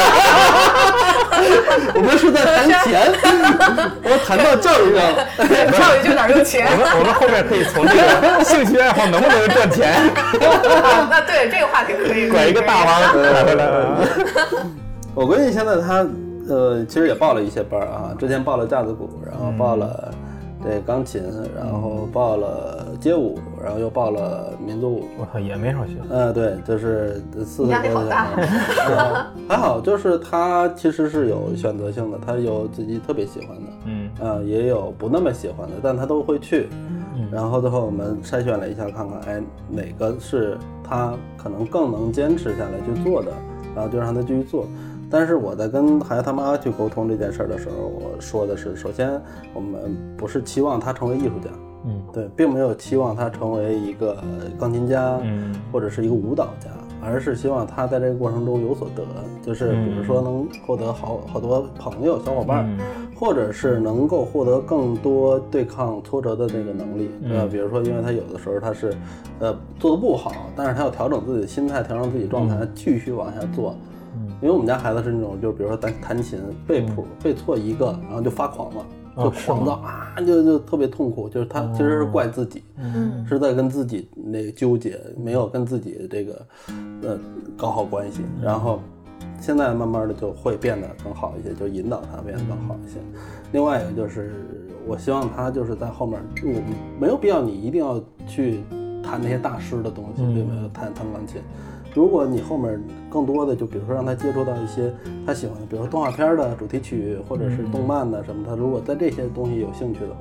我们是在谈钱，我谈到教育上了， 教育就哪有钱？ 我们我们后面可以从这个兴趣爱好能不能赚钱？ 那对这个话题可以拐一个大弯来回来。 我闺女现在她呃其实也报了一些班啊，之前报了架子鼓，然后报了。对钢琴，然后报了街舞，然后又报了民族舞。 我靠，也没少学。 嗯，对，就是四个。 压力好大。 还好，就是他其实是有选择性的，他有自己特别喜欢的，嗯，啊、呃，也有不那么喜欢的，但他都会去。嗯、然后最后我们筛选了一下，看看，哎，哪个是他可能更能坚持下来去做的，然后就让他继续做。但是我在跟孩子他妈去沟通这件事的时候，我说的是，首先我们不是期望他成为艺术家，嗯，对，并没有期望他成为一个钢琴家，嗯，或者是一个舞蹈家，而是希望他在这个过程中有所得，就是比如说能获得好好多朋友、小伙伴，嗯、或者是能够获得更多对抗挫折的这个能力，呃、嗯，比如说，因为他有的时候他是，呃，做的不好，但是他要调整自己的心态，调整自己状态，嗯、继续往下做。因为我们家孩子是那种，就比如说弹弹琴背谱背错一个，然后就发狂了，就狂躁啊，就就特别痛苦。就是他其实是怪自己，嗯，是在跟自己那个纠结，没有跟自己这个呃搞好关系。然后现在慢慢的就会变得更好一些，就引导他变得更好一些。另外一个就是，我希望他就是在后面，我没有必要你一定要去弹那些大师的东西，对没有弹弹钢琴。如果你后面更多的就比如说让他接触到一些他喜欢的，比如说动画片的主题曲或者是动漫的什么，他如果在这些东西有兴趣的话，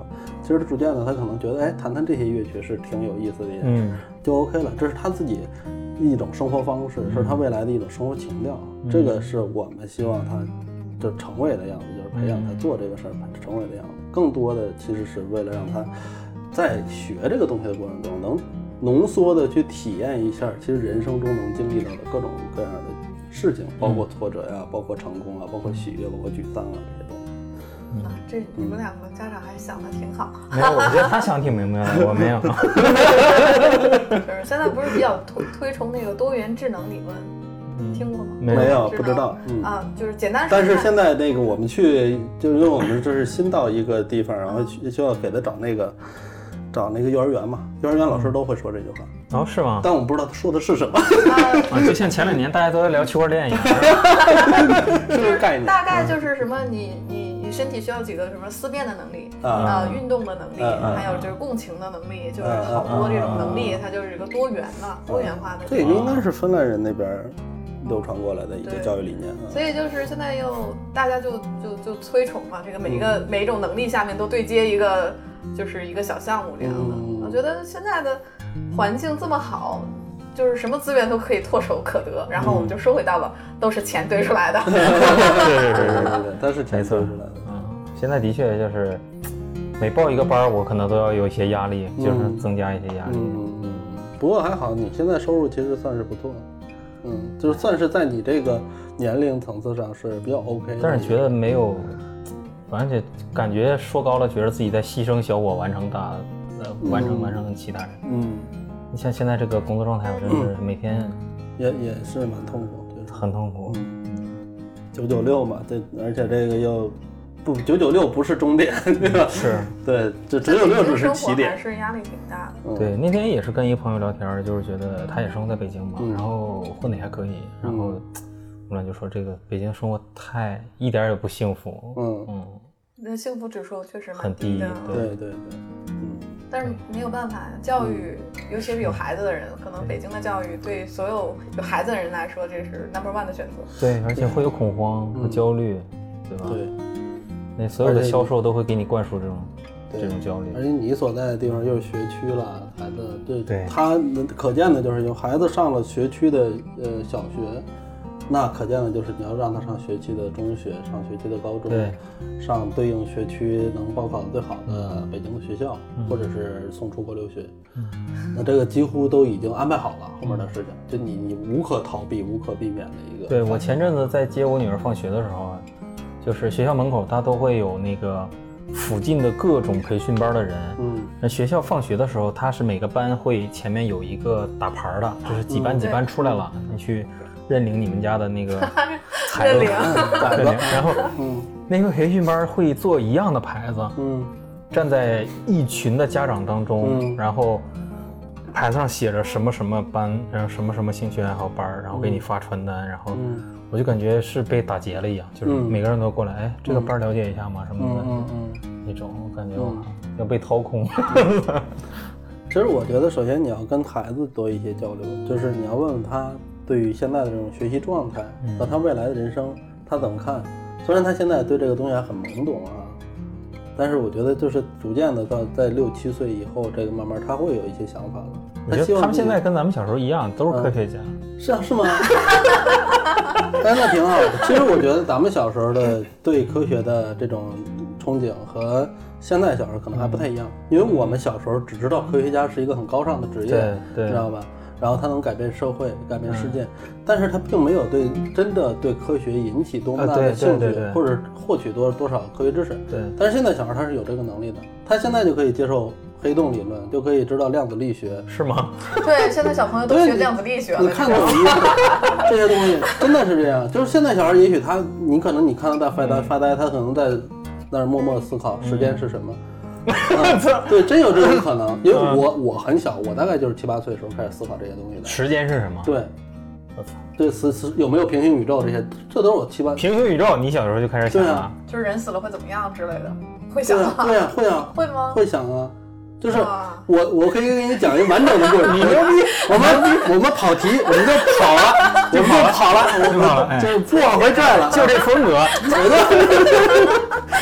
其实逐渐的他可能觉得，哎，弹弹这些乐曲是挺有意思的，嗯，就 OK 了。这是他自己一种生活方式，是他未来的一种生活情调。嗯、这个是我们希望他就成为的样子，就是培养他做这个事儿成为的样子。更多的其实是为了让他在学这个东西的过程中，能浓缩的去体验一下，其实人生中能经历到的各种各样的事情，包括挫折呀，包括成功啊，包括喜悦，包括沮丧啊这些东西。 嗯、啊，这你们两个家长还想的挺好。 没有，我觉得他想挺明白的，我没有。 就是现在不是比较推推崇那个多元智能理论，嗯、听过吗？ 没有，不知道。 嗯啊，就是简单说。 但是现在那个我们去，就是因为我们这是新到一个地方，然后需要给他找那个。找那个幼儿园嘛，幼儿园老师都会说这句话。 哦，是吗？ 但我不知道他说的是什么。 啊，就像前两年大家都在聊区块链一样。 这个概念。 大概就是什么，你你你身体需要几个什么思辨的能力啊，运动的能力，还有就是共情的能力，就是好多这种能力，它就是一个多元的、多元化的。 这个应该是芬兰人那边流传过来的一个教育理念。 所以就是现在又大家就就就推崇嘛，这个每一个每一种能力下面都对接一个。就是一个小项目这样的，嗯、我觉得现在的环境这么好，就是什么资源都可以唾手可得。然后我们就说回到了，嗯、都是钱堆出来的。 对对对对对， 都是钱堆出来的。 嗯，现在的确就是每报一个班，我可能都要有一些压力，嗯、就是增加一些压力。 嗯嗯。不过还好，你现在收入其实算是不错，嗯，就是算是在你这个年龄层次上是比较 OK 的。 但是觉得没有。而且感觉说高了，觉得自己在牺牲小我完成大，呃，完成完成其他人。嗯，你像现在这个工作状态，我真是每天、嗯、 也也是蛮痛苦，对， 很痛苦。 九九六嘛，这而且这个又不九九六不是终点，对吧？ 是， 对，这九九六只是起点， 还是压力挺大的。 嗯、对，那天也是跟一个朋友聊天，就是觉得他也生活在北京嘛，嗯、然后混得还可以，然后。嗯我们就说这个北京生活太一点也不幸福，嗯嗯， 那幸福指数确实很低的， 对对对， 嗯，但是没有办法，教育，嗯、尤其是有孩子的人，可能北京的教育对所有有孩子的人来说，这是 number one 的选择。 对，而且会有恐慌和焦虑，嗯、对吧？ 对， 那所有的销售都会给你灌输这种这种焦虑， 而且你所在的地方又是学区了，孩子对对，他可见的就是有孩子上了学区的呃小学。那可见的就是你要让他上学区的中学，上学区的高中， 对， 上对应学区能报考最好的北京的学校，嗯、或者是送出国留学。嗯、那这个几乎都已经安排好了后面的事情，就你你无可逃避、无可避免的一个。 对，我前阵子在接我女儿放学的时候啊，就是学校门口它都会有那个附近的各种培训班的人。嗯，那学校放学的时候，它是每个班会前面有一个打牌的，就是几班几班出来了，嗯、你去。认领你们家的那个牌子，认领，然后，嗯，那个培训班会做一样的牌子，嗯，站在一群的家长当中，嗯、然后牌子上写着什么什么班，然后什么什么兴趣爱好班，然后给你发传单，然后我就感觉是被打劫了一样，就是每个人都过来，哎，这个班了解一下吗？什么的，嗯嗯，那种我感觉要被掏空。 其实我觉得，首先你要跟孩子多一些交流，就是你要问问他。对于现在的这种学习状态和他未来的人生，他怎么看？虽然他现在对这个东西还很懵懂啊，但是我觉得就是逐渐的到在六七岁以后，这个慢慢他会有一些想法了。 我觉得他们现在跟咱们小时候一样，都是科学家。 嗯、是啊，是吗？但是那挺好的。其实我觉得咱们小时候的对科学的这种憧憬和现在小时候可能还不太一样，因为我们小时候只知道科学家是一个很高尚的职业， 对对， 知道吧？然后他能改变社会，改变世界，嗯、但是他并没有对真的对科学引起多么大的兴趣， 啊、对对对对， 或者获取多多少科学知识。 对。 但是现在小孩他是有这个能力的，他现在就可以接受黑洞理论，就可以知道量子力学， 是吗？ 对，现在小朋友都学量子力学了。 你看过有意思这些东西，真的是这样。就是现在小孩，也许他，你可能你看他在发呆、嗯、发呆，他可能在那儿默默思考时间是什么。嗯啊、对，真有这种可能，因为我我很小，我大概就是七八岁的时候开始思考这些东西的。 时间是什么？ 对，对，是是有没有平行宇宙这些，这都是我七八。 平行宇宙，你小时候就开始想了、 啊， 就是人死了会怎么样之类的，会想啊？ 对啊，会啊， 会吗？ 会想啊，就是我我可以给你讲一个完整的故事。你牛逼，我们我们跑题，我们就跑了， 就跑了，跑了， 就跑了， 就是不往回拽了， 就这风格。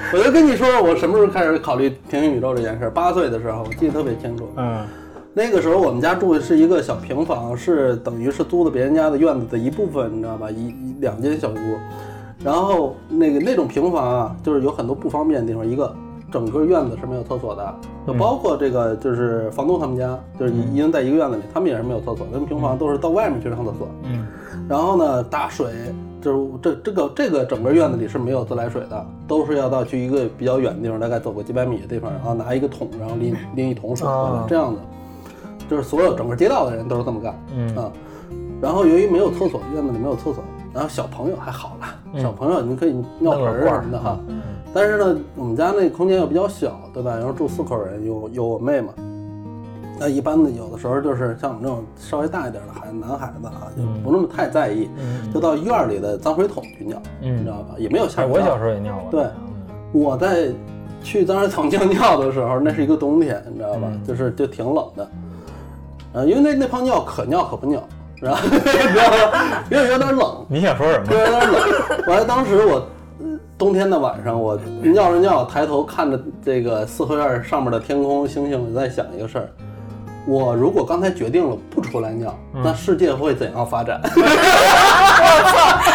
我就跟你说，我什么时候开始考虑平行宇宙这件事？八岁的时候，我记得特别清楚。嗯，那个时候我们家住的是一个小平房，是等于是租的别人家的院子的一部分，你知道吧？一一两间小屋。然后那个那种平房啊，就是有很多不方便的地方。一个整个院子是没有厕所的，就包括这个就是房东他们家，就是一人在一个院子里，他们也是没有厕所。那种平房都是到外面去上厕所。嗯。然后呢，打水。就是这这个这个整个院子里是没有自来水的，都是要到去一个比较远的地方，大概走个几百米的地方，然后拿一个桶，然后拎拎一桶水回来，这样的，就是所有整个街道的人都是这么干，嗯啊。然后由于没有厕所，院子里没有厕所，然后小朋友还好了，小朋友你可以尿盆什么的哈，但是呢，我们家那空间又比较小，对吧？然后住四口人，有有我妹嘛。那一般的有的时候就是像我们这种稍微大一点的孩子，男孩子啊，就不那么太在意，嗯、就到院里的脏水桶去尿，嗯、你知道吧？也没有下水道。 我小时候也尿过。 对，我在去脏水桶尿尿的时候，那是一个冬天，你知道吧？嗯、就是就挺冷的，呃，因为那那泡尿可尿可不尿，然后你知道吗？因为有点冷。 你想说什么？ 有点冷。完了，当时我冬天的晚上，我尿着尿，抬头看着这个四合院上面的天空星星，我在想一个事儿。我如果刚才决定了不出来尿，嗯、那世界会怎样发展？ 我操！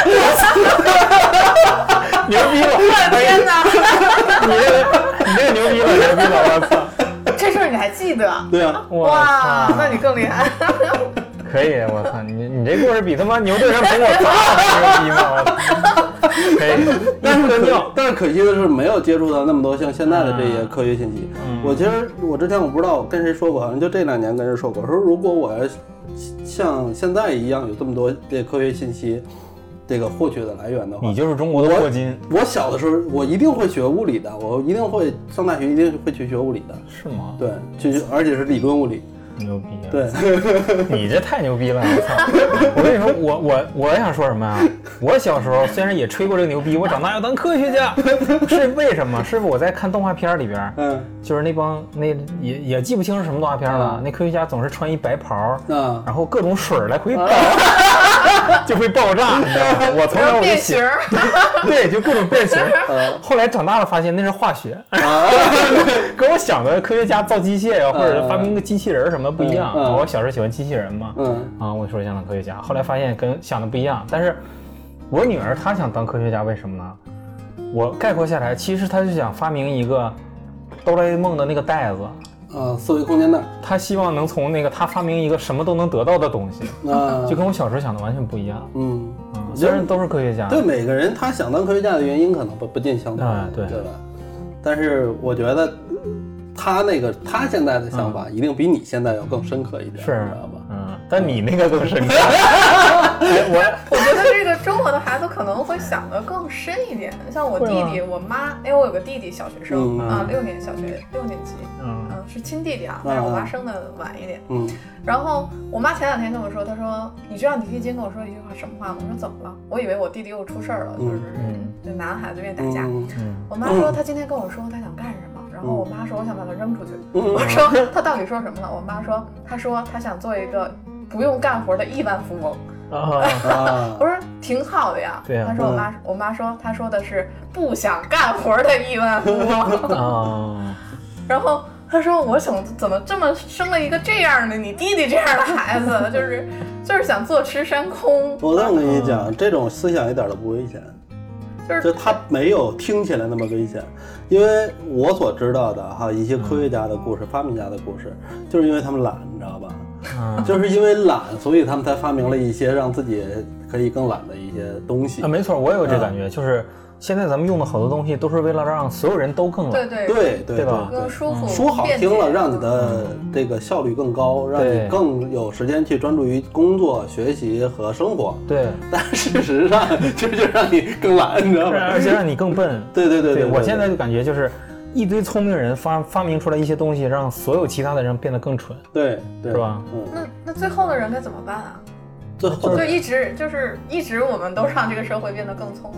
牛逼了！ 我的天哪！ 你这个你这个牛逼了，牛逼了！我操！ 这事儿你还记得？ 对啊！ 哇，那你更厉害。 可以，我操！你你这故事比他妈牛队上苹果砸牛逼吗？我操！可以， 但是可但是可惜的是没有接触到那么多像现在的这些科学信息。嗯、我其实我之前我不知道跟谁说过，好像就这两年跟人说过，说如果我要像现在一样有这么多这科学信息，这个获取的来源的话， 你就是中国的霍金。 我, 我小的时候我一定会学物理的，我一定会上大学一定会去学物理的。 是吗？ 对，去而且是理论物理。 牛逼啊！ 对， 你这太牛逼了！我操！我跟你说，我我我想说什么啊？我小时候虽然也吹过这个牛逼，我长大要当科学家，是为什么？是我在看动画片里边，嗯，就是那帮那也也记不清是什么动画片了。嗯、那科学家总是穿一白袍，嗯，然后各种水来回爆，嗯、就会爆炸，你知道吗？我从小我就想，对，就各种变形。嗯、后来长大了发现那是化学，啊、跟我想的科学家造机械呀，或者发明个机器人什么。不一样、嗯嗯、我小时候喜欢机器人嘛，嗯啊，我说想当科学家，后来发现跟想的不一样。但是我女儿她想当科学家，为什么呢？我概括下来，其实她就想发明一个哆啦 A 梦的那个袋子， 呃，四维空间袋。 她希望能从那个她发明一个什么都能得到的东西，啊，就跟我小时候想的完全不一样。嗯啊，虽然都是科学家， 对每个人他想当科学家的原因可能不不尽相同， 啊、对对吧？但是我觉得。他那个他现在的想法一定比你现在要更深刻一点， 是， 知道吧？ 嗯，但你那个更深刻。 我我觉得这个中国的孩子可能会想得更深一点。像我弟弟，我妈，因为我有个弟弟小学生、嗯、啊，六年小学六年级，嗯, 嗯是亲弟弟啊，但是我妈生的晚一点。嗯，然后我妈前两天跟我说，她说你知道你弟弟今天跟我说一句话什么话吗？我说怎么了？我以为我弟弟又出事儿了，就是嗯，就男孩子愿意打架。嗯嗯、我妈说她今天跟我说她想干什么。然后我妈说我想把他扔出去，嗯、我说他到底说什么了？我妈说他说他想做一个不用干活的亿万富翁。啊、我说挺好的呀。 对啊。 他说我妈、嗯、我妈说他说的是不想干活的亿万富翁。啊。然后他说我想怎么这么生了一个这样的你弟弟这样的孩子，就是就是想坐吃山空。 我这么跟你讲，嗯、这种思想一点都不危险。 就是就他没有听起来那么危险，因为我所知道的哈一些科学家的故事、嗯、发明家的故事，就是因为他们懒，你知道吧？嗯、就是因为懒，所以他们才发明了一些让自己可以更懒的一些东西。 啊，没错，我也有这感觉，嗯、就是现在咱们用的好多东西都是为了让所有人都更懒， 对对对对吧？ 更舒服， 说好听了让你的这个效率更高，让你更有时间去专注于工作、学习和生活。 对， 但事实上就是让你更懒，你知道吗？ 而且让你更笨。 对对对 对, 对, 对, 对，我现在就感觉就是一堆聪明人发发明出来一些东西，让所有其他的人变得更蠢。 对，对是吧？ 嗯。那那最后的人该怎么办啊？ 最后就一直就是一直我们都让这个社会变得更聪明。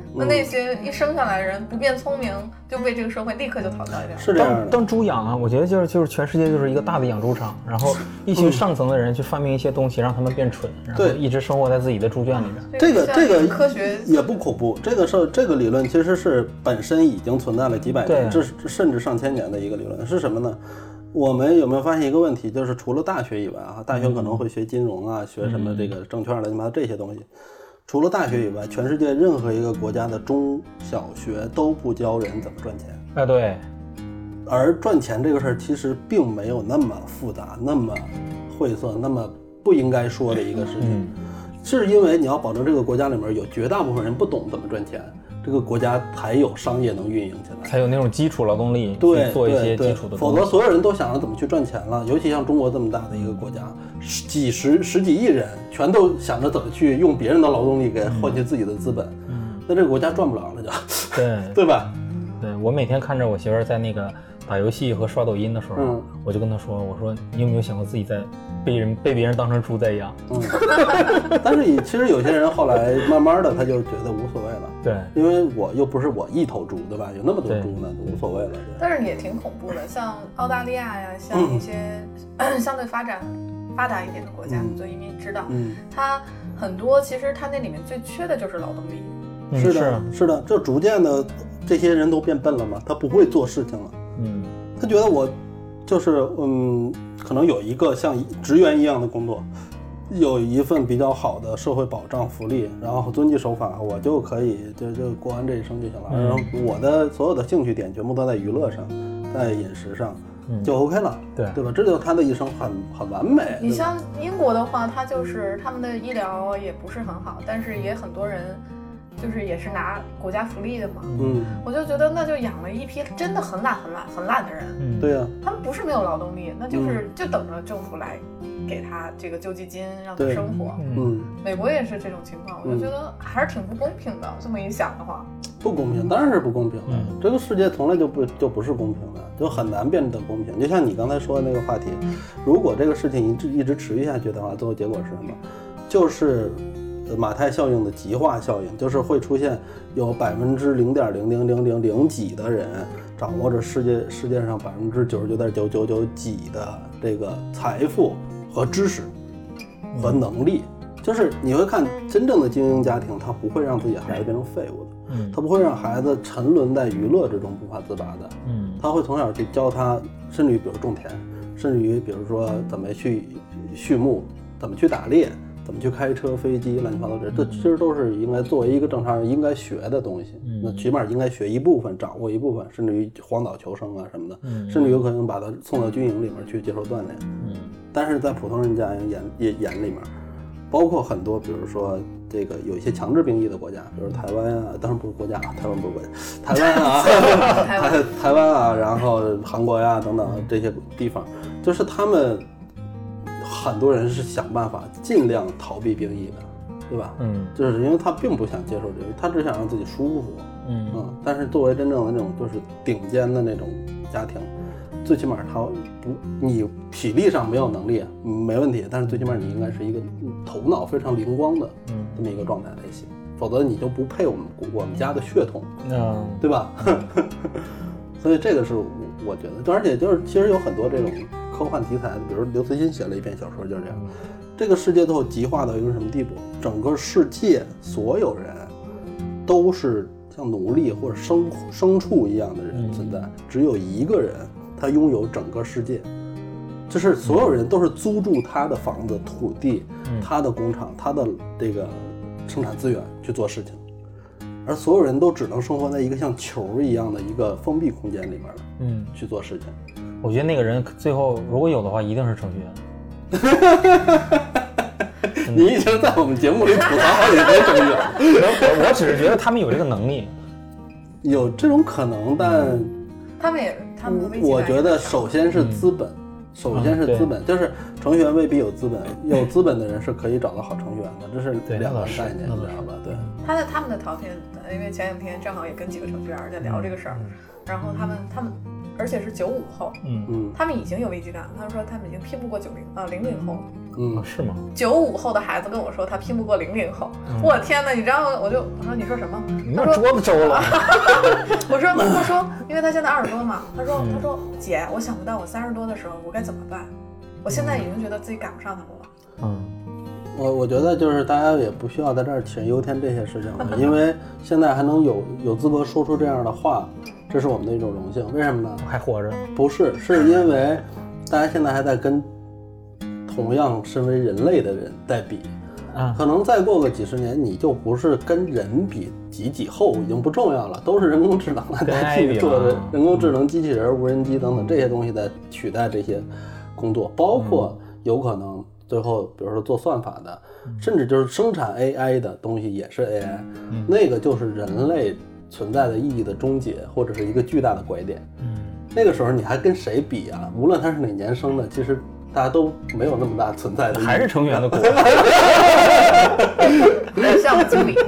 那那些一生下来人不变聪明，就被这个社会立刻就淘汰掉。 是这样的。 当当猪养啊，我觉得就是就是全世界就是一个大的养猪场，然后一群上层的人去发明一些东西，让他们变蠢，然后一直生活在自己的猪圈里边。 这个这个科学也不恐怖，这个是这个理论其实是本身已经存在了几百年，这甚至上千年的一个理论是什么呢？我们有没有发现一个问题，就是除了大学以外啊，大学可能会学金融啊，学什么这个证券乱七八糟这些东西。除了大学以外，全世界任何一个国家的中小学都不教人怎么赚钱。 哎，对。 而赚钱这个事儿其实并没有那么复杂、那么晦涩、那么不应该说的一个事情，嗯、是因为你要保证这个国家里面有绝大部分人不懂怎么赚钱。这个国家才有商业能运营起来， 才有那种基础劳动力去做一些基础的东西。 否则所有人都想着怎么去赚钱了，尤其像中国这么大的一个国家，几十十几亿人全都想着怎么去用别人的劳动力给换取自己的资本，嗯，那这个国家赚不了了就， 对对吧？ 对，我每天看着我媳妇儿在那个打游戏和刷抖音的时候，嗯，我就跟她说，我说你有没有想过自己在被人被别人当成猪在养？ 嗯，但是其实有些人后来慢慢的他就觉得无所谓了， 对， 因为我又不是我一头猪，对吧？有那么多猪呢，无所谓了。 但是也挺恐怖的，像澳大利亚呀，像一些、嗯、相对发展发达一点的国家，你做移民知道，嗯，它很多其实它那里面最缺的就是劳动力。 嗯、是的，是的，就逐渐的这些人都变笨了嘛，他不会做事情了，嗯，他觉得我就是嗯，可能有一个像职员一样的工作，有一份比较好的社会保障福利，然后遵纪守法，我就可以就就过完这一生就行了。嗯、然后我的所有的兴趣点全部都在娱乐上，在饮食上，嗯、就 OK 了， 对对吧？这就是他的一生很很完美。 你像英国的话，他就是他们的医疗也不是很好，但是也很多人。就是也是拿国家福利的嘛，嗯，我就觉得那就养了一批真的很懒很懒很懒的人， 嗯，对呀、啊， 他们不是没有劳动力，那就是、嗯、就等着政府来给他这个救济金让他生活，嗯，美国也是这种情况，我就觉得还是挺不公平的。嗯、这么一想的话， 不公平，当然是不公平的。嗯、这个世界从来就不就不是公平的，就很难变得公平。就像你刚才说的那个话题，如果这个事情一直一直持续下去的话，最后结果是什么？就是马太效应的极化效应，就是会出现有百分之零点零零零零零几的人掌握着世界世界上百分之九十九点九九九几的这个财富和知识和能力。就是你会看真正的精英家庭，他不会让自己的孩子变成废物的，嗯，他不会让孩子沉沦在娱乐之中不法自拔的，嗯，他会从小去教他，甚至于比如种田，甚至于比如说怎么去畜牧，怎么去打猎。怎么去开车、飞机，乱七八糟这，这其实都是应该作为一个正常人应该学的东西。嗯、那起码应该学一部分，掌握一部分，甚至于荒岛求生啊什么的，嗯、甚至有可能把他送到军营里面去接受锻炼。嗯，但是在普通人家眼眼眼里面，包括很多，比如说这个有一些强制兵役的国家，比如台湾啊，当然不是国家啊，台湾不是国家，台湾啊，台台湾啊，然后韩国呀、啊、等等这些地方，就是他们。很多人是想办法尽量逃避兵役的，对吧？嗯，就是因为他并不想接受这个，他只想让自己舒服。嗯嗯，但是作为真正的那种就是顶尖的那种家庭，最起码他不，你体力上没有能力没问题，但是最起码你应该是一个头脑非常灵光的这么一个状态才行，否则你就不配我们我们家的血统，嗯，对吧？所以这个是我觉得，而且就是其实有很多这种。科幻题材的，比如刘慈欣写了一篇小说就是这样，这个世界最后极化到一个什么地步？整个世界所有人都是像奴隶或者牲牲畜一样的人存在，只有一个人他拥有整个世界，就是所有人都是租住他的房子、土地、他的工厂、他的这个生产资源去做事情，而所有人都只能生活在一个像球一样的一个封闭空间里面的，嗯，去做事情。 我觉得那个人最后如果有的话，一定是程序员。 你已经在我们节目里吐槽好几回程序员了。 我我只是觉得他们有这个能力， 有这种可能，但、嗯、 他们也他们我觉得首先是资本，嗯、首先是资本，嗯、就是程序员未必有资本，有资本的人是可以找到好程序员的，这是两个概念，你知道吧？对。 他的他们的条件，因为前两天正好也跟几个程序员在聊这个事儿。嗯然后他们他们，而且是九五后， 嗯嗯，他们已经有危机感了。他说他们已经拼不过九零呃零零后， 嗯，是吗？ 九五后的孩子跟我说他拼不过零零后，嗯、我天哪！你知道我就我说你说什么？ 你把桌子周了。 我说他说，因为他现在二十多嘛，他说、嗯、他说姐，我想不到我三十多的时候我该怎么办，我现在已经觉得自己赶不上他们了。 嗯。 我我觉得就是大家也不需要在这儿杞人忧天这些事情了，因为现在还能有有资格说出这样的话，这是我们的一种荣幸。为什么呢？ 还活着？ 不是，是因为大家现在还在跟同样身为人类的人在比，啊，可能再过个几十年，你就不是跟人比，几几后已经不重要了，都是人工智能来代替你做的，人工智能、机器人、无人机等等这些东西在取代这些工作，包括有可能。最后比如说做算法的，甚至就是生产 A I 的东西也是 A I，嗯，那个就是人类存在的意义的终结，或者是一个巨大的拐点。嗯，那个时候你还跟谁比啊？无论他是哪年生的，其实大家都没有那么大存在的意义， 还是成员的锅。 像经理。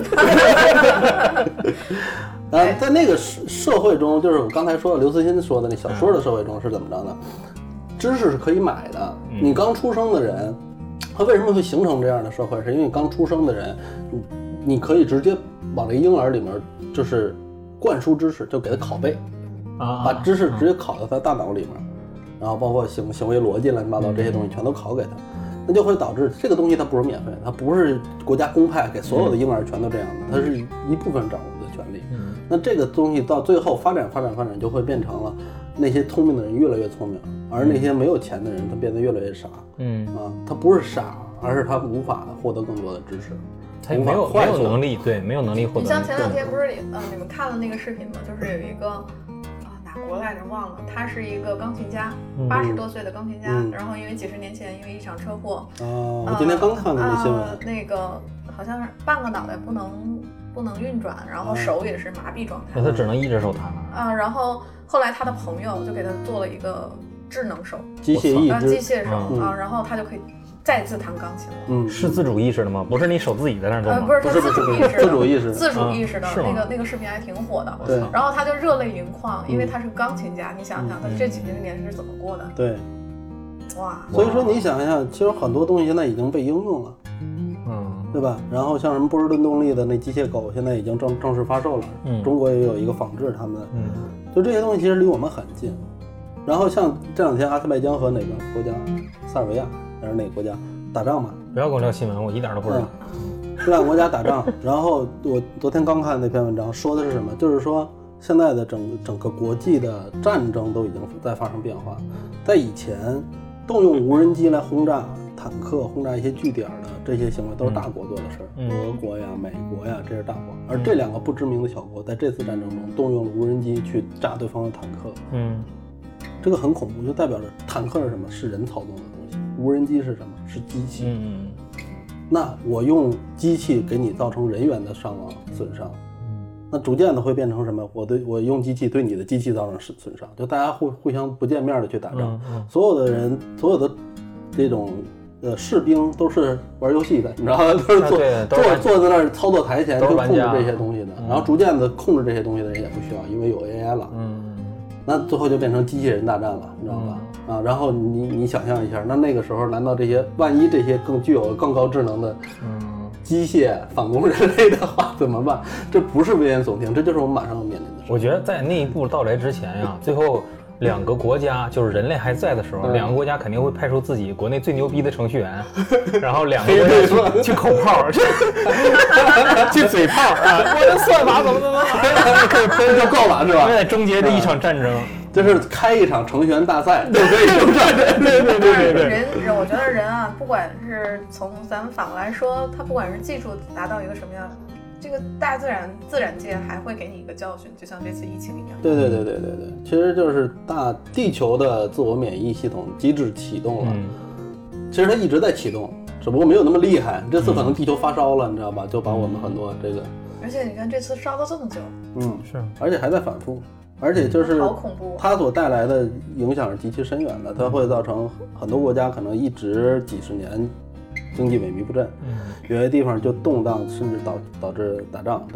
然后在那个社会中，就是我刚才说的刘慈欣说的那小说的社会中是怎么着呢？知识是可以买的，你刚出生的人。他为什么会形成这样的社会？是因为刚出生的人，你你可以直接往这婴儿里面就是灌输知识，就给他拷贝，啊，把知识直接拷到他大脑里面，然后包括行行为逻辑乱七八糟这些东西全都拷给他，那就会导致这个东西它不是免费的，它不是国家公派给所有的婴儿全都这样的，它是一部分掌握的权利。那这个东西到最后发展发展发展，就会变成了那些聪明的人越来越聪明，而那些没有钱的人他变得越来越傻。嗯啊，他不是傻，而是他无法获得更多的知识， 他没有没有能力，对，没有能力获得。 你像前两天不是呃你们看了那个视频吗？就是有一个啊、呃、哪国来着忘了，他是一个钢琴家，八十多岁的钢琴家、嗯，然后因为几十年前因为一场车祸， 哦，我今天刚看的那新闻、 呃，那个好像是半个脑袋不能不能运转，然后手也是麻痹状态， 他只能一只手弹了啊。然后后来他的朋友就给他做了一个智能手， 机械义肢， 机械手、嗯、啊，然后他就可以再次弹钢琴了。 嗯，是自主意识的吗？不是你手自己在那做吗？ 呃、不是，他自主意识的， 自主意识， 自主意识的、嗯、那个那个视频还挺火的。 对， 然后他就热泪盈眶，因为他是钢琴家，嗯、你想想他这几十年是怎么过的？ 对， 哇， 所以说你想想，其实很多东西现在已经被应用了。嗯，对吧？然后像什么波士顿动力的那机械狗，现在已经正正式发售了。嗯，中国也有一个仿制他们的。嗯，就这些东西其实离我们很近。然后像这两天阿塞拜疆和哪个国家，塞尔维亚还是哪个国家打仗嘛？ 不要跟我聊新闻，我一点都不知道。 嗯、这两个国家打仗，然后我昨天刚看那篇文章，说的是什么？就是说现在的整整个国际的战争都已经在发生变化。在以前，动用无人机来轰炸坦克、轰炸一些据点的这些行为都是大国做的事儿，嗯、俄国呀、美国呀，这是大国。而这两个不知名的小国，在这次战争中动用了无人机去炸对方的坦克。嗯，这个很恐怖，就代表着坦克是什么？是人操纵的东西。无人机是什么？是机器。嗯，那我用机器给你造成人员的伤亡损伤，那逐渐的会变成什么？我对我用机器对你的机器造成损伤，就大家互互相不见面的去打仗，嗯嗯、所有的人，所有的这种。呃，士兵都是玩游戏的，你知道吗？都是坐、啊、坐坐在那儿操作台前去控制这些东西的，嗯、然后逐渐的控制这些东西的人也不需要，因为有 A I 了。嗯，那最后就变成机器人大战了，你知道吧？嗯、啊，然后你你想象一下，那那个时候难道这些万一这些更具有更高智能的机械反攻人类的话怎么办？这不是危言耸听，这就是我们马上要面临的事。 我觉得在那一步到来之前呀，最后。两个国家就是人类还在的时候，嗯、两个国家肯定会派出自己国内最牛逼的程序员，然后两个国家去去口炮，去嘴炮啊！我的算法怎么怎么， 可以喷就够了，是吧？ 为了终结这一场战争， 就是开一场程序员大赛，对对对对对对对。 人人，我觉得人啊，不管是从咱们反过来说，他不管是技术达到一个什么样的。这个大自然自然界还会给你一个教训，就像这次疫情一样。 对对对对对对，其实就是大地球的自我免疫系统机制启动了。嗯、其实它一直在启动，只不过没有那么厉害。这次可能地球发烧了，你知道吧？就把我们很多这个。 而且你看这次烧了这么久。 嗯，是，而且还在反复，而且就是好恐怖。 它所带来的影响是极其深远的，它会造成很多国家可能一直几十年。经济萎靡不振，嗯、有些地方就动荡，甚至导导致打仗，对吧？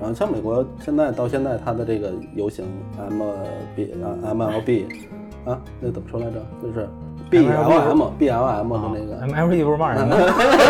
然后像美国现在到现在它的这个游行 M B 啊 M L B 啊，那怎么说来着？就是 B L M B L M 的那个 M L B 不是骂人的，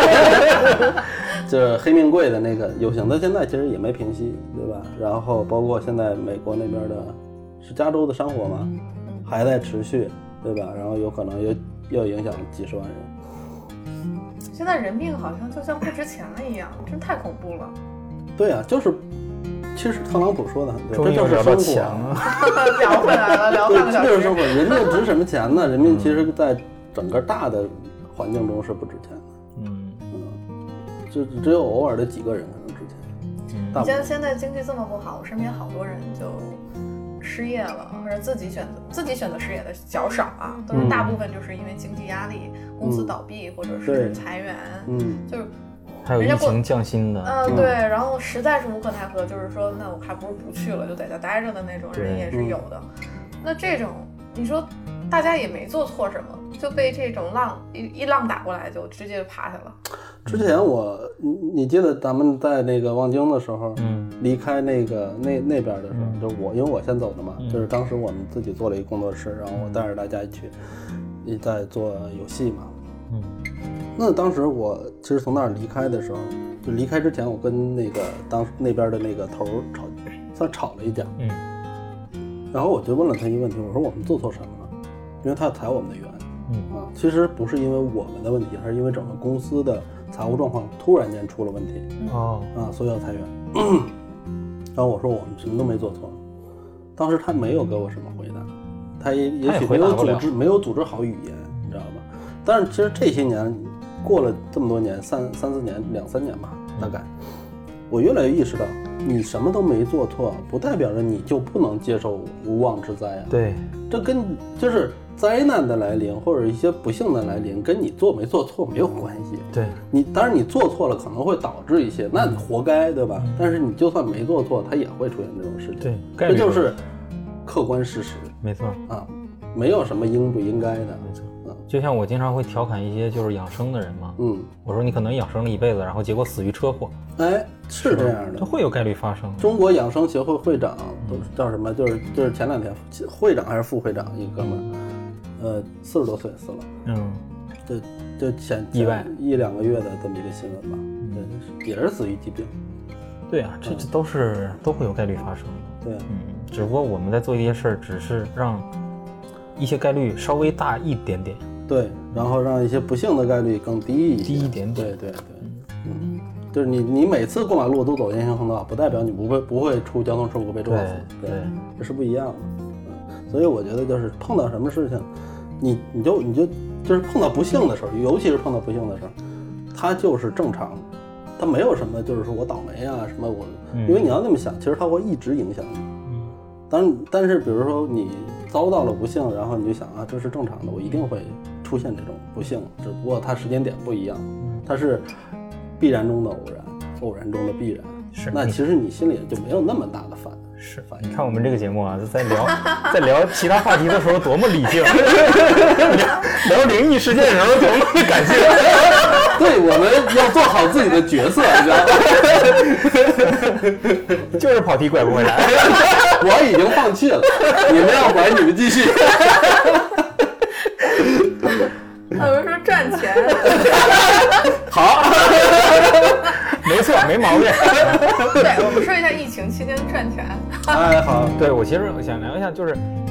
就是黑命贵的那个游行，到现在其实也没平息，对吧？然后包括现在美国那边的，是加州的山火嘛，还在持续，对吧？然后有可能又又影响几十万人。 现在人命好像就像不值钱了一样，真太恐怖了。 对啊，就是其实特朗普说的很对， 这就是生活啊， 聊回来了，聊半个小时。 这就是生活，人命值什么钱呢？人命其实在整个大的环境中是不值钱的。嗯嗯，就只有偶尔的几个人可能值钱。 嗯，现在现在经济这么不好，我身边好多人就失业了，或者自己选择自己选择失业的较少啊，都是大部分就是因为经济压力，公司倒闭或者是裁员，嗯，就是还有疫情降薪的， 嗯，对，然后实在是无可奈何，就是说那我还不如不去了，就在家待着的那种人也是有的。那这种你说大家也没做错什么，就被这种浪一一浪打过来就直接趴下了。 之前我你你记得咱们在那个望京的时候，嗯，离开那个那那边的时候，嗯、就是我因为我先走的嘛，嗯、就是当时我们自己做了一个工作室，然后我带着大家一起一在做游戏嘛，嗯，那当时我其实从那儿离开的时候，就离开之前，我跟那个当时那边的那个头吵，算吵了一架，嗯，然后我就问了他一个问题，我说我们做错什么了？因为他要裁我们的员，嗯啊，其实不是因为我们的问题，而是因为整个公司的财务状况突然间出了问题，哦啊，所以要裁员。然后我说我们什么都没做错，当时他没有给我什么回答，他也也许没有组织没有组织好语言，你知道吧？但是其实这些年过了这么多年，三三四年两三年吧，大概，我越来越意识到，你什么都没做错，不代表着你就不能接受无妄之灾啊。 对， 这跟就是灾难的来临或者一些不幸的来临，跟你做没做错没有关系。 对， 你当然你做错了可能会导致一些，那你活该，对吧？嗯、但是你就算没做错，它也会出现这种事情。 对， 这就是客观事实。 没错啊，没有什么应不应该的。 没错。就像我经常会调侃一些就是养生的人嘛，嗯，我说你可能养生了一辈子，然后结果死于车祸， 哎，是这样的， 这会有概率发生。 中国养生协会会长都叫什么？就是就是前两天会长还是副会长一个哥们儿，呃，四十多岁死了，嗯，就就前意外一两个月的这么一个新闻吧，对，也是死于疾病。 对啊，这这都是都会有概率发生的。 对， 嗯，只不过我们在做一些事儿，只是让一些概率稍微大一点点。 对，然后让一些不幸的概率更低一些， 低一点点。 对对对，嗯，就是你你每次过马路都走人行横道，不代表你不会不会出交通事故被撞死， 对，对这是不一样的。嗯，所以我觉得就是碰到什么事情，你你就你就就是碰到不幸的时候，尤其是碰到不幸的时候，它就是正常，它没有什么就是说我倒霉啊什么我，嗯、因为你要那么想，其实它会一直影响你。嗯，但但是比如说你遭到了不幸，然后你就想啊，这是正常的，我一定会出现这种不幸，只不过它时间点不一样，它是必然中的偶然，偶然中的必然。 是， 那其实你心里就没有那么大的反是反应。你看我们这个节目啊，在聊在聊其他话题的时候多么理性，聊聊灵异事件的时候多么感性。 对，我们要做好自己的角色，你知道吗？就是跑题拐不回来。 我已经放弃了，你们要拐你们继续。 他们说赚钱， 好，没错，没毛病。 对，我们说一下疫情期间赚钱。 哎，好， 对我其实想聊一下，就是